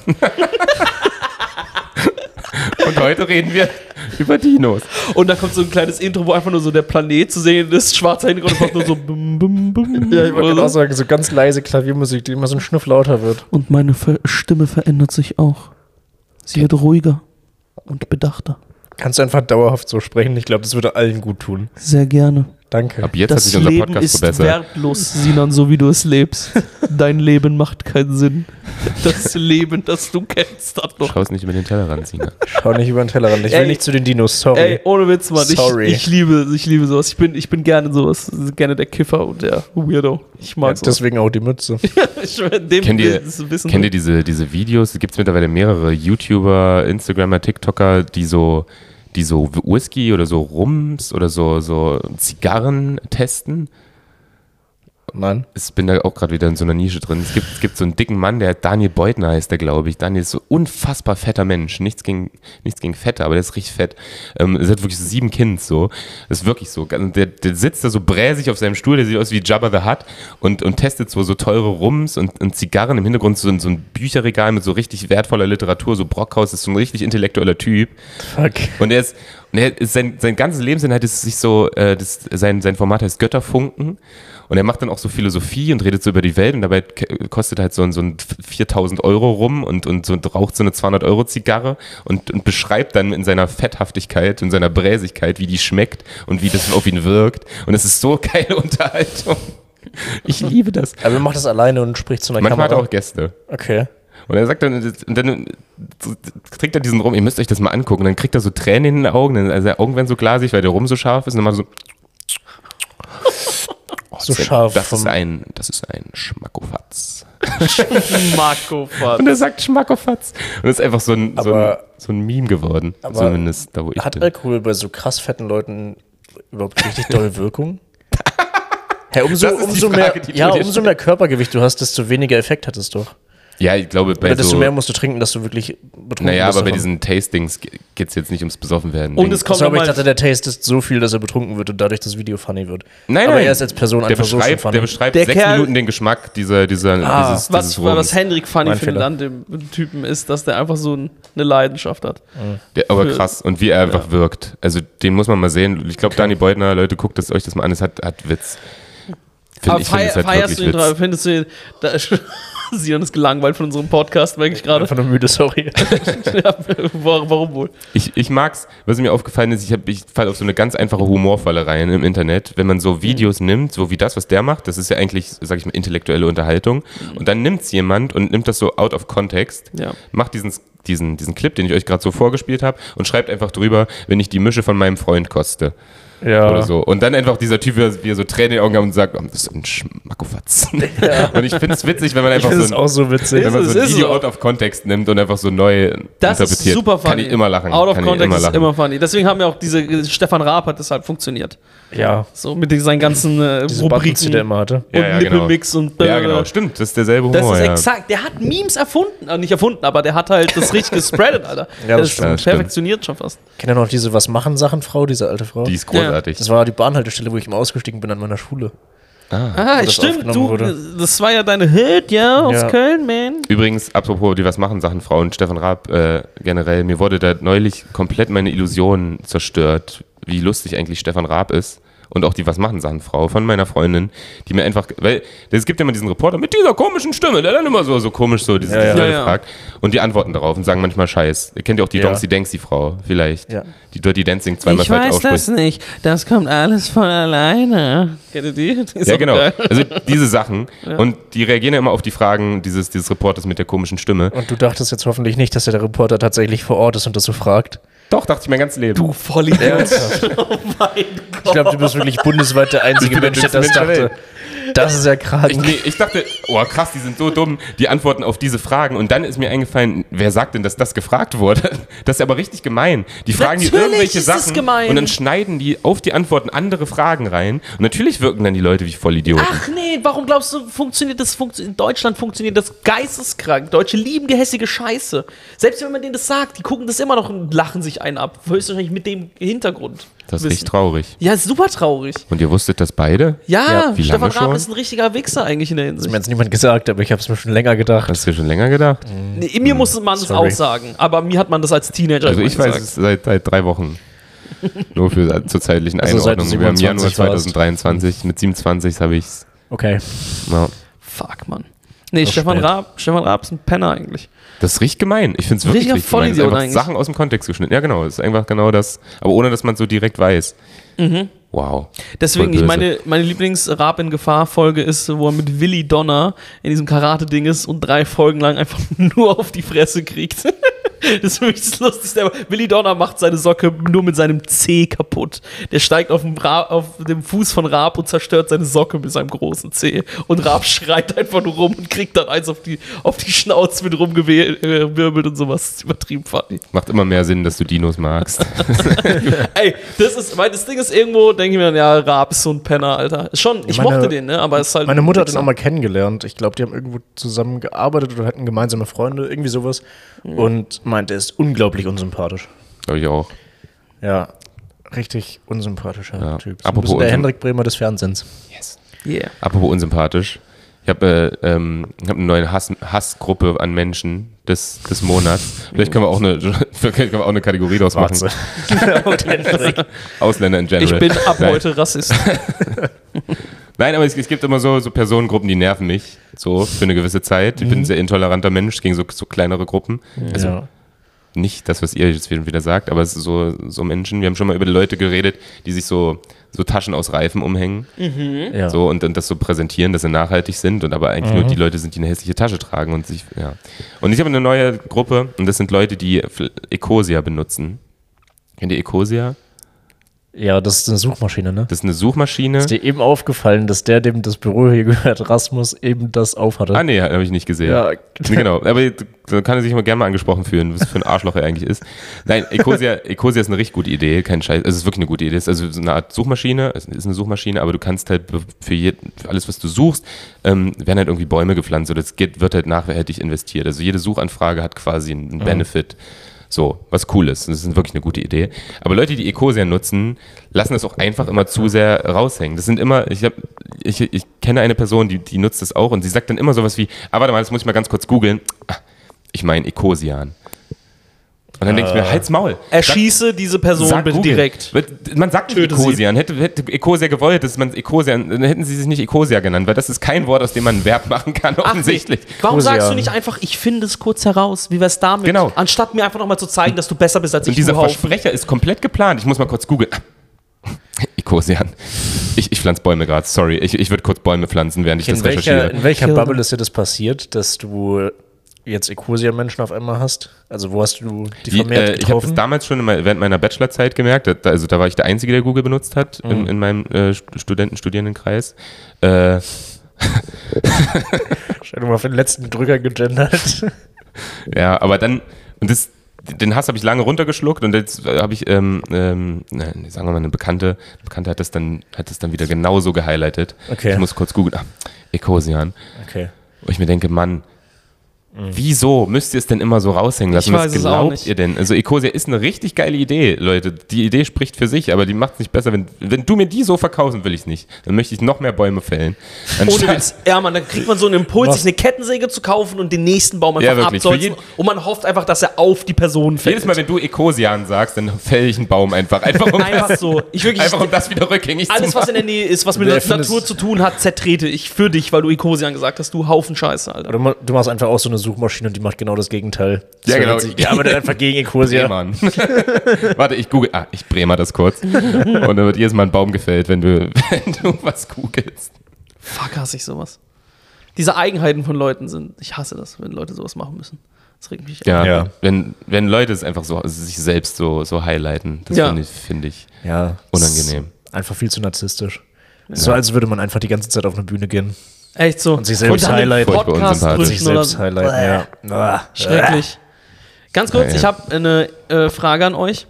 Und heute reden wir über Dinos. Und da kommt so ein kleines Intro, wo einfach nur so der Planet zu sehen ist, schwarzer Hintergrund und macht nur so bum, bum, bum. Ja, ich wollte auch sagen, so ganz leise Klaviermusik, die immer so ein Schnuff lauter wird. Und meine Stimme verändert sich auch. Sie wird ruhiger und bedachter. Kannst du einfach dauerhaft so sprechen? Ich glaube, das würde allen gut tun. Sehr gerne. Danke. Ab jetzt hat sich unser Podcast verbessert. Das Leben ist wertlos, Sinan, so wie du es lebst. Dein Leben macht keinen Sinn. Das Leben, das du kennst, hat noch... Schau es nicht über den Tellerrand, Sinan. Schau nicht über den Tellerrand. Ich will nicht zu den Dinos, sorry. Ey, ohne Witz, Mann. Sorry. Ich liebe sowas. Ich bin gerne sowas. Gerne der Kiffer und der Weirdo. Ich mag sowas. Deswegen auch die Mütze. Kennt ihr diese Videos? Es gibt mittlerweile mehrere YouTuber, Instagrammer, TikToker, die die so Whisky oder so Rums oder so Zigarren testen? Nein. Ich bin da auch gerade wieder in so einer Nische drin. Es gibt so einen dicken Mann, der Daniel Beutner heißt der, glaube ich. Daniel ist so unfassbar fetter Mensch. Nichts gegen Fette, aber der ist richtig fett. Er hat wirklich so 7 Kids, so. Das ist wirklich so. Der sitzt da so bräsig auf seinem Stuhl, der sieht aus wie Jabba the Hutt und testet so teure Rums und Zigarren. Im Hintergrund so ein Bücherregal mit so richtig wertvoller Literatur. So Brockhaus ist so ein richtig intellektueller Typ. Fuck. Und er ist sein ganzes Lebensinhalt ist sich so, sein Format heißt Götterfunken. Und er macht dann auch so Philosophie und redet so über die Welt und dabei kostet halt so ein 4.000 Euro rum und raucht so eine 200-Euro-Zigarre und beschreibt dann in seiner Fetthaftigkeit und seiner Bräsigkeit, wie die schmeckt und wie das auf ihn wirkt. Und es ist so geile Unterhaltung. Ich liebe das. Aber er macht das alleine und spricht zu einer Manchmal Kamera? Manchmal hat er auch Gäste. Okay. Und er sagt dann trinkt er diesen Rum, ihr müsst euch das mal angucken. Und dann kriegt er so Tränen in den Augen, also seine Augen werden so glasig, weil der Rum so scharf ist und dann macht er so so scharf. Das ist ein Schmackofatz. Schmackofatz. Und er sagt Schmackofatz. Und das ist einfach so ein Meme geworden. Zumindest da, wo ich hat bin. Alkohol bei so krass fetten Leuten überhaupt richtig dolle Wirkung? Hey, umso mehr Körpergewicht du hast, desto weniger Effekt hat es doch. Ja, ich glaube, Oder desto mehr musst du trinken, dass du wirklich betrunken bist. Naja, aber bei diesen Tastings geht es jetzt nicht ums Besoffenwerden. Und es kommt aber ich dachte, der tastet so viel, dass er betrunken wird und dadurch das Video funny wird. Nein, aber er ist als Person einfach so schon funny. Der beschreibt 6 Minuten den Geschmack dieses Rums. Was Hendrik funny findet an dem Typen ist, dass der einfach so eine Leidenschaft hat. Aber krass. Und wie er einfach wirkt. Also den muss man mal sehen. Ich glaube, Dani Beutner, Leute, guckt euch das mal an. Es hat Witz. Feierst du ihn drauf? Findest du ihn... Sion ist gelangweilt von unserem Podcast, merke ich gerade. Einfach nur müde, sorry. Ja, warum wohl? Ich mag's, was mir aufgefallen ist, ich falle auf so eine ganz einfache Humorfalle rein im Internet, wenn man so Videos nimmt, so wie das, was der macht, das ist ja eigentlich, sag ich mal, intellektuelle Unterhaltung, und dann nimmt's jemand und nimmt das so out of context, macht diesen Clip, den ich euch gerade so vorgespielt habe, und schreibt einfach drüber, wenn ich die Mische von meinem Freund koste. Ja. Oder so. Und dann einfach dieser Typ, wie er so Tränen in den Augen hat und sagt, das ist ein Schmackofatz. Ja. Und ich finde es witzig, wenn man einfach so ein Video out of context nimmt und einfach so neu das interpretiert. Ist super funny. Kann ich immer lachen. Out of context ist immer funny. Deswegen haben ja auch Stefan Raab hat deshalb funktioniert. Ja. So mit seinen ganzen Rubriken, die der immer hatte. Und Nippelmix und ja, genau. Stimmt, das ist derselbe Humor. Das ist exakt. Der hat Memes erfunden. Nicht erfunden, aber der hat halt das richtig gespreadet, Alter. Ja, das ist perfektioniert schon fast. Kennt ihr noch diese Was-machen-Sachen-Frau, diese alte Frau? Die ist großartig. Das war die Bahnhaltestelle, wo ich immer ausgestiegen bin an meiner Schule. Stimmt, das war ja deine Hit, aus Köln, man. Übrigens, apropos die Was-machen-Sachen-Frau und Stefan Raab generell, mir wurde da neulich komplett meine Illusion zerstört, wie lustig eigentlich Stefan Raab ist. Und auch die Was-machen-Sachen-Frau von meiner Freundin, die mir einfach, weil es gibt ja immer diesen Reporter mit dieser komischen Stimme, der dann immer so komisch so diese Leute fragt. Und die antworten darauf und sagen manchmal Scheiß. Ihr kennt ja auch die Donksy Danksy Frau vielleicht. Ja. Die Dirty Dancing zweimal falsch ausspricht. Ich weiß das nicht, das kommt alles von alleine. Kennt ihr die? Ja, genau. Geil. Also diese Sachen. Ja. Und die reagieren ja immer auf die Fragen dieses Reporters mit der komischen Stimme. Und du dachtest jetzt hoffentlich nicht, dass der Reporter tatsächlich vor Ort ist und das so fragt? Doch, dachte ich mein ganzes Leben. Du Vollidiot. Oh mein Gott. Ich glaube, du bist wirklich bundesweit der einzige Mensch, der das dachte. Das ist ja krank. Ich dachte, oh krass, die sind so dumm, die antworten auf diese Fragen. Und dann ist mir eingefallen, wer sagt denn, dass das gefragt wurde? Das ist aber richtig gemein. Die fragen die irgendwelche Sachen und dann schneiden die auf die Antworten andere Fragen rein. Und natürlich wirken dann die Leute wie Vollidioten. Ach nee, warum glaubst du, funktioniert das? In Deutschland funktioniert das geisteskrank. Deutsche lieben gehässige Scheiße. Selbst wenn man denen das sagt, die gucken das immer noch und lachen sich einen ab. Höchstwahrscheinlich mit dem Hintergrund. Das ist richtig traurig. Ja, super traurig. Und ihr wusstet das beide? Ja, wie Stefan lange schon? Raab ist ein richtiger Wichser eigentlich in der Hinsicht. Das hat mir jetzt niemand gesagt, aber ich habe es mir schon länger gedacht. Hast du dir schon länger gedacht? Nee, mir musste man das auch sagen, aber mir hat man das als Teenager gesagt. Also ich weiß es seit 3 Wochen. Nur zur zeitlichen Einordnung. Wir haben Januar 2023, mit 27 habe ich es. Okay. Ja. Fuck, Mann. Nee, Stefan Raab ist ein Penner eigentlich. Das ist richtig gemein. Ich finde es wirklich richtig gemein. Vollidiot eigentlich. Sachen aus dem Kontext geschnitten. Ja, genau. Das ist einfach genau das. Aber ohne, dass man es so direkt weiß. Mhm. Wow. Deswegen, meine Lieblings-Raab in Gefahr-Folge ist, wo er mit Willi Donner in diesem Karate-Ding ist und 3 Folgen lang einfach nur auf die Fresse kriegt. Das ist für mich das Lustigste. Aber Willi Donner macht seine Socke nur mit seinem Zeh kaputt. Der steigt auf dem Fuß von Raab und zerstört seine Socke mit seinem großen Zeh. Und Raab schreit einfach nur rum und kriegt dann eins auf die Schnauze mit rumgewirbelt und sowas. Das ist übertrieben funny. Macht immer mehr Sinn, dass du Dinos magst. Ey, das Ding ist irgendwo, denke ich mir dann, ja, Raab ist so ein Penner, Alter. Ich mochte den, ne? Aber es ist halt. Meine Mutter hat ihn auch mal kennengelernt. Ich glaube, die haben irgendwo zusammen gearbeitet oder hatten gemeinsame Freunde, irgendwie sowas. Und meint, er ist unglaublich unsympathisch. Glaube ich auch. Ja, richtig unsympathischer Typ. So Apropos der Hendrik Bremer des Fernsehens. Yes. Yeah. Apropos unsympathisch. Ich habe eine neue Hassgruppe an Menschen des Monats. Vielleicht können wir auch eine Kategorie draus machen. Ausländer in general. Ich bin ab heute Rassist. Nein, aber es gibt immer so Personengruppen, die nerven mich. So für eine gewisse Zeit. Ich bin ein sehr intoleranter Mensch gegen so kleinere Gruppen. Also nicht das, was ihr jetzt wieder sagt, aber es ist so Menschen. Wir haben schon mal über die Leute geredet, die sich so Taschen aus Reifen umhängen. Ja. So, und das so präsentieren, dass sie nachhaltig sind und aber eigentlich nur die Leute sind, die eine hässliche Tasche tragen. Und ich habe eine neue Gruppe und das sind Leute, die Ecosia benutzen. Kennt ihr Ecosia? Ja, das ist eine Suchmaschine, ne? Das ist eine Suchmaschine. Ist dir eben aufgefallen, dass dem das Büro hier gehört, Rasmus, eben das aufhatte? Nee, habe ich nicht gesehen. Ja. Nee, genau, aber da kann er sich immer gerne mal angesprochen fühlen, was für ein Arschloch er eigentlich ist. Nein, Ecosia ist eine richtig gute Idee, kein Scheiß, also es ist wirklich eine gute Idee. Es ist also so eine Art Suchmaschine, es ist eine Suchmaschine, aber du kannst halt für alles, was du suchst, werden halt irgendwie Bäume gepflanzt oder wird halt nachhaltig investiert. Also jede Suchanfrage hat quasi einen Benefit. So, was cool ist. Das ist wirklich eine gute Idee. Aber Leute, die Ecosia nutzen, lassen das auch einfach immer zu sehr raushängen. Das sind immer, ich kenne eine Person, die nutzt das auch und sie sagt dann immer sowas wie, warte mal, das muss ich mal ganz kurz googeln. Ich meine Ecosian. Und dann denke ich mir, halt's Maul. Erschieße diese Person bitte direkt. Man sagt nicht Ecosian. Hätte Ecosia gewollt, dass man Ecosian, dann hätten sie sich nicht Ecosia genannt, weil das ist kein Wort, aus dem man ein Verb machen kann, offensichtlich. Warum sagst du nicht einfach, ich finde es kurz heraus? Wie wär's damit? Genau. Anstatt mir einfach nochmal zu zeigen, dass du besser bist als ich. Und dieser Versprecher ist komplett geplant. Ich muss mal kurz googeln. Ecosian. Ich pflanze Bäume gerade, sorry. Ich würde kurz Bäume pflanzen, während ich das recherchiere. In welcher Bubble ist dir das passiert, dass du jetzt Ecosia-Menschen auf einmal hast? Also wo hast du die vermehrt getroffen? Ich habe das damals schon während meiner Bachelorzeit gemerkt. Da war ich der Einzige, der Google benutzt hat in meinem Studierendenkreis. Stell dir mal für den letzten Drücker gegendert. Ja, aber dann, den Hass habe ich lange runtergeschluckt und jetzt habe ich, sagen wir mal, eine Bekannte hat das dann wieder genauso gehighlightet. Okay. Ich muss kurz googeln. Ecosian. Okay. Wo ich mir denke, Mann, wieso müsst ihr es denn immer so raushängen lassen? Was glaubt ihr denn? Also Ecosia ist eine richtig geile Idee, Leute. Die Idee spricht für sich, aber die macht es nicht besser. Wenn du mir die so verkaufen, will ich es nicht. Dann möchte ich noch mehr Bäume fällen. Ohne Witz. Ja, Mann, dann kriegt man so einen Impuls, sich eine Kettensäge zu kaufen und den nächsten Baum einfach abzuholzen. Und man hofft einfach, dass er auf die Person fällt. Jedes Mal, wenn du Ecosian sagst, dann fäll ich einen Baum einfach. Einfach um das wieder rückgängig zu machen. Alles, was in der Nähe ist, was mit der Natur zu tun hat, zertrete ich für dich, weil du Ecosian gesagt hast. Du Haufen Scheiße, Alter. Oder du machst einfach auch so eine Suchmaschine und die macht genau das Gegenteil. Ja, genau. Die arbeitet einfach gegen Ecosia. Warte, ich google. Ich bremer das kurz. Und dann wird jedes Mal ein Baum gefällt, wenn du was googelst. Fuck, hasse ich sowas. Diese Eigenheiten von Leuten ich hasse das, wenn Leute sowas machen müssen. Das regt mich an. Ja. Wenn Leute es einfach so sich selbst so highlighten, das finde ich unangenehm. Einfach viel zu narzisstisch. Ja. So als würde man einfach die ganze Zeit auf eine Bühne gehen. Echt so. Und sich selbst highlighten. Ja. Schrecklich. Ganz kurz, ich habe eine Frage an euch.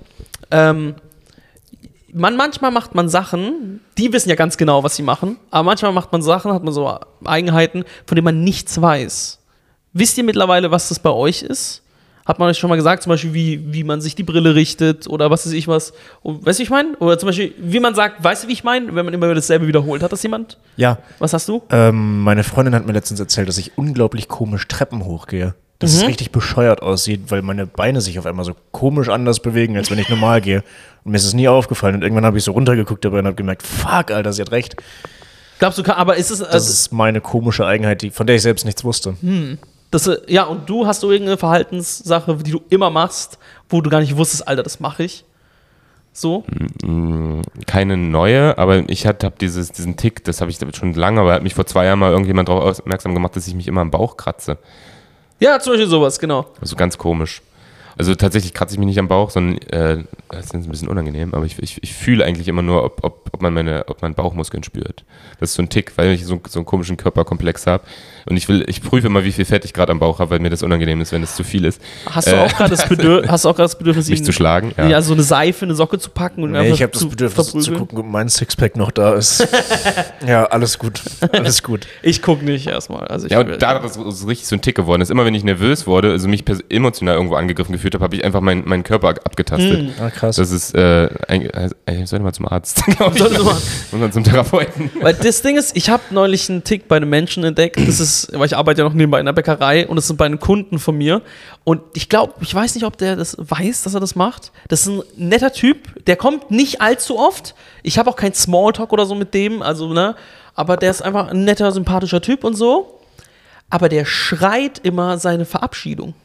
Manchmal macht man Sachen, die wissen ja ganz genau, was sie machen, aber manchmal macht man Sachen, hat man so Eigenheiten, von denen man nichts weiß. Wisst ihr mittlerweile, was das bei euch ist? Hat man euch schon mal gesagt, zum Beispiel, wie man sich die Brille richtet oder was weiß ich was. Und, weißt du, wie ich meine? Oder zum Beispiel, wie man sagt, weißt du, wie ich meine? Wenn man immer dasselbe wiederholt. Hat das jemand? Ja. Was hast du? Meine Freundin hat mir letztens erzählt, dass ich unglaublich komisch Treppen hochgehe. Dass es richtig bescheuert aussieht, weil meine Beine sich auf einmal so komisch anders bewegen, als wenn ich normal gehe. Und mir ist es nie aufgefallen. Und irgendwann habe ich so runtergeguckt dabei und habe gemerkt, fuck, Alter, sie hat recht. Glaubst du, aber ist es... Das ist meine komische Eigenheit, von der ich selbst nichts wusste. Und du hast irgendeine Verhaltenssache, die du immer machst, wo du gar nicht wusstest, Alter, das mache ich. So? Keine neue, aber ich habe diesen Tick, das habe ich schon lange, aber hat mich vor 2 Jahren mal irgendjemand darauf aufmerksam gemacht, dass ich mich immer am Bauch kratze. Ja, zum Beispiel sowas, genau. Also ganz komisch. Also tatsächlich kratze ich mich nicht am Bauch, sondern das ist ein bisschen unangenehm, aber ich fühle eigentlich immer nur, ob man Bauchmuskeln spürt. Das ist so ein Tick, weil ich so einen komischen Körperkomplex habe. Und ich prüfe immer, wie viel Fett ich gerade am Bauch habe, weil mir das unangenehm ist, wenn es zu viel ist. Hast du auch gerade das Bedürfnis, mich zu schlagen? Ja, so eine Seife, eine Socke zu packen und ich habe das Bedürfnis zu gucken, ob mein Sixpack noch da ist. Ja, alles gut. Alles gut. Ich gucke nicht erstmal. Also und da ist es richtig so ein Tick geworden. Immer wenn ich nervös wurde, also mich emotional irgendwo angegriffen gefühlt habe, habe ich einfach meinen Körper abgetastet. Krass. Das ist, ich sollte mal zum Arzt, glaube ich. Und dann zum Therapeuten. Weil das Ding ist, ich habe neulich einen Tick bei einem Menschen entdeckt, weil ich arbeite ja noch nebenbei in der Bäckerei und das sind bei einem Kunden von mir und ich weiß nicht, ob der das weiß, dass er das macht. Das ist ein netter Typ, der kommt nicht allzu oft. Ich habe auch kein Smalltalk oder so mit dem, aber der ist einfach ein netter, sympathischer Typ und so. Aber der schreit immer seine Verabschiedung.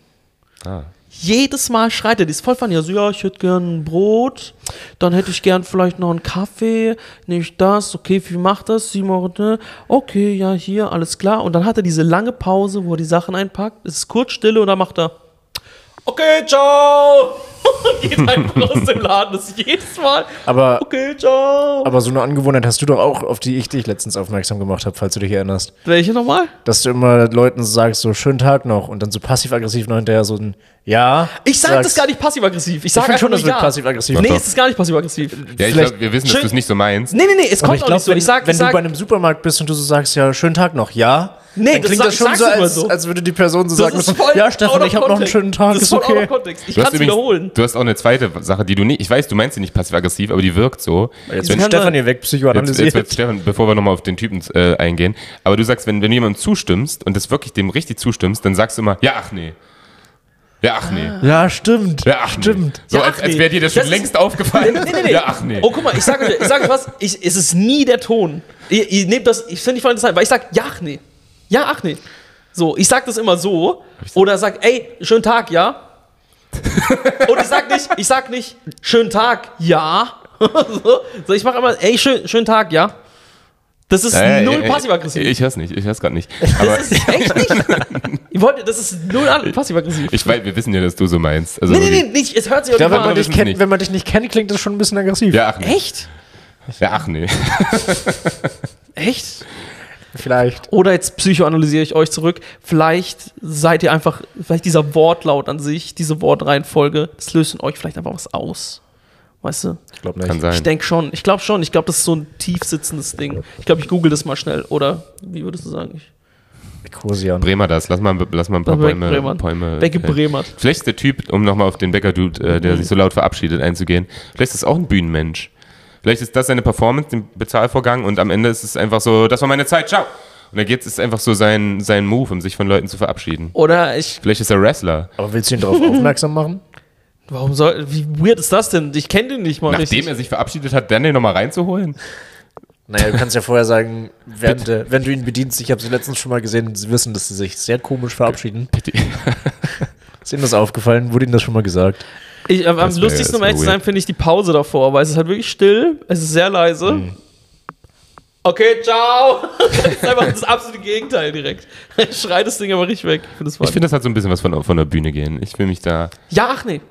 Jedes Mal schreit er, die ist voll funny. Also, ja, ich hätte gern ein Brot, dann hätte ich gern vielleicht noch einen Kaffee, nicht das, okay, wie macht das? 7 Euro, ne? Okay, ja, hier, alles klar. Und dann hat er diese lange Pause, wo er die Sachen einpackt, es ist kurz Stille und dann macht er, okay, ciao! Und geht einfach aus dem Laden, das ist jedes Mal, okay, ciao! Aber so eine Angewohnheit hast du doch auch, auf die ich dich letztens aufmerksam gemacht habe, falls du dich erinnerst. Welche nochmal? Dass du immer Leuten sagst, so, schönen Tag noch und dann so passiv-aggressiv noch hinterher so ein Ja. Ich sag das gar nicht passiv-aggressiv. Ich sag schon, das wird ja. passiv-aggressiv. Nee, es ist gar nicht passiv-aggressiv. Ja, ich glaube, wir wissen, dass du es nicht so meinst. Nee, es kommt auch nicht so. Wenn du bei einem Supermarkt bist und du so sagst, ja, schönen Tag noch, ja, nee, dann klingt das schon so, als würde die Person so sagen, ja, Stefan, ich habe noch einen schönen Tag, das ist okay. Ich kann es wiederholen. Du hast auch eine zweite Sache, die du nicht, ich weiß, du meinst sie nicht passiv-aggressiv, aber die wirkt so. Jetzt wird Stefan hier weg psychoanalysiert. Jetzt Stefan, bevor wir nochmal auf den Typen eingehen, aber du sagst, wenn du jemandem zustimmst und das wirklich dem richtig zustimmst, dann sagst du immer, ja, ach nee. Ja, ach nee. Ja, stimmt. Ja, ach stimmt. So, ja, als wäre dir das schon längst aufgefallen. Nee. Ja, ach nee. Oh, guck mal, ich sag euch was, es ist nie der Ton. Ihr nehmt das, ich finde die voll interessant, weil ich sag, ja, ach nee. Ja, ach nee. So, ich sag das immer so. Oder sag, ey, schönen Tag, ja. Und ich sag nicht, schönen Tag, ja. So, ich mach immer, ey, schönen Tag, ja. Das ist null passiv-aggressiv. Ich hör's nicht, ich hör's gerade nicht. Aber das ist echt nicht. Das ist null passiv-aggressiv. Wir wissen ja, dass du so meinst. Also nee, nicht, es hört sich auch nicht an. Wenn man dich nicht kennt, klingt das schon ein bisschen aggressiv. Ja, ach nee. Echt? Ja, ach nee. Echt? Vielleicht. Oder jetzt psychoanalysiere ich euch zurück. Vielleicht dieser Wortlaut an sich, diese Wortreihenfolge, das löst in euch vielleicht einfach was aus. Weißt du? Ich glaube nicht. Kann sein. Ich denke schon. Ich glaube schon. Ich glaube, das ist so ein tief sitzendes Ding. Ich glaube, ich google das mal schnell. Oder wie würdest du sagen? Bremer das. Lass mal ein paar Bäume. Weggebremert. Vielleicht ist der Typ, um nochmal auf den Bäcker-Dude, der sich so laut verabschiedet, einzugehen, vielleicht ist das auch ein Bühnenmensch. Vielleicht ist das seine Performance, den Bezahlvorgang und am Ende ist es einfach so, das war meine Zeit, ciao. Und jetzt ist einfach so sein Move, um sich von Leuten zu verabschieden. Vielleicht ist er Wrestler. Aber willst du ihn darauf aufmerksam machen? Wie weird ist das denn? Ich kenne den nicht mal Nachdem richtig. er sich verabschiedet hat, dann den nochmal reinzuholen? Naja, du kannst ja vorher sagen, wenn du ihn bedienst, ich habe sie letztens schon mal gesehen, sie wissen, dass sie sich sehr komisch verabschieden. Ist Ihnen das aufgefallen? Wurde Ihnen das schon mal gesagt? Am lustigsten, um ehrlich zu sein, finde ich die Pause davor, weil es ist halt wirklich still, es ist sehr leise. Okay, ciao. Das ist einfach das absolute Gegenteil direkt. Schreit das Ding aber richtig weg. Ich finde, das hat so ein bisschen was von der Bühne gehen. Ich will mich da... Ja, ach nee.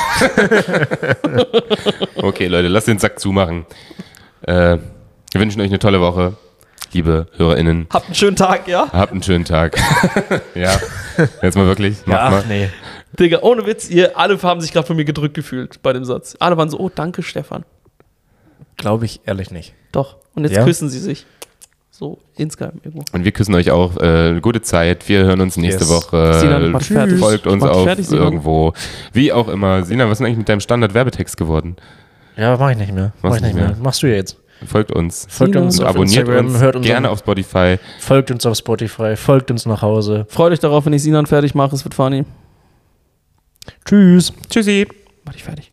Okay, Leute, lasst den Sack zumachen. Wir wünschen euch eine tolle Woche, liebe HörerInnen. Habt einen schönen Tag, ja? Habt einen schönen Tag. Ja, jetzt mal wirklich. Ach nee. Digga, ohne Witz, ihr alle haben sich gerade von mir gedrückt gefühlt bei dem Satz. Alle waren so, oh, danke, Stefan. Glaube ich ehrlich nicht. Doch. Und jetzt küssen sie sich. So, insgeheim irgendwo. Und wir küssen euch auch. Gute Zeit. Wir hören uns nächste Woche. Sina, folgt uns auf irgendwo. Wie auch immer. Sina, was ist denn eigentlich mit deinem Standard-Werbetext geworden? Ja, mach ich nicht mehr. Machst du ja jetzt. Folgt uns. Folgt uns auf abonniert Instagram, uns hört uns gerne auf Spotify. Folgt uns auf Spotify. Folgt uns nach Hause. Freut euch darauf, wenn ich Sinan fertig mache. Es wird funny. Tschüss. Tschüssi. Mach dich fertig.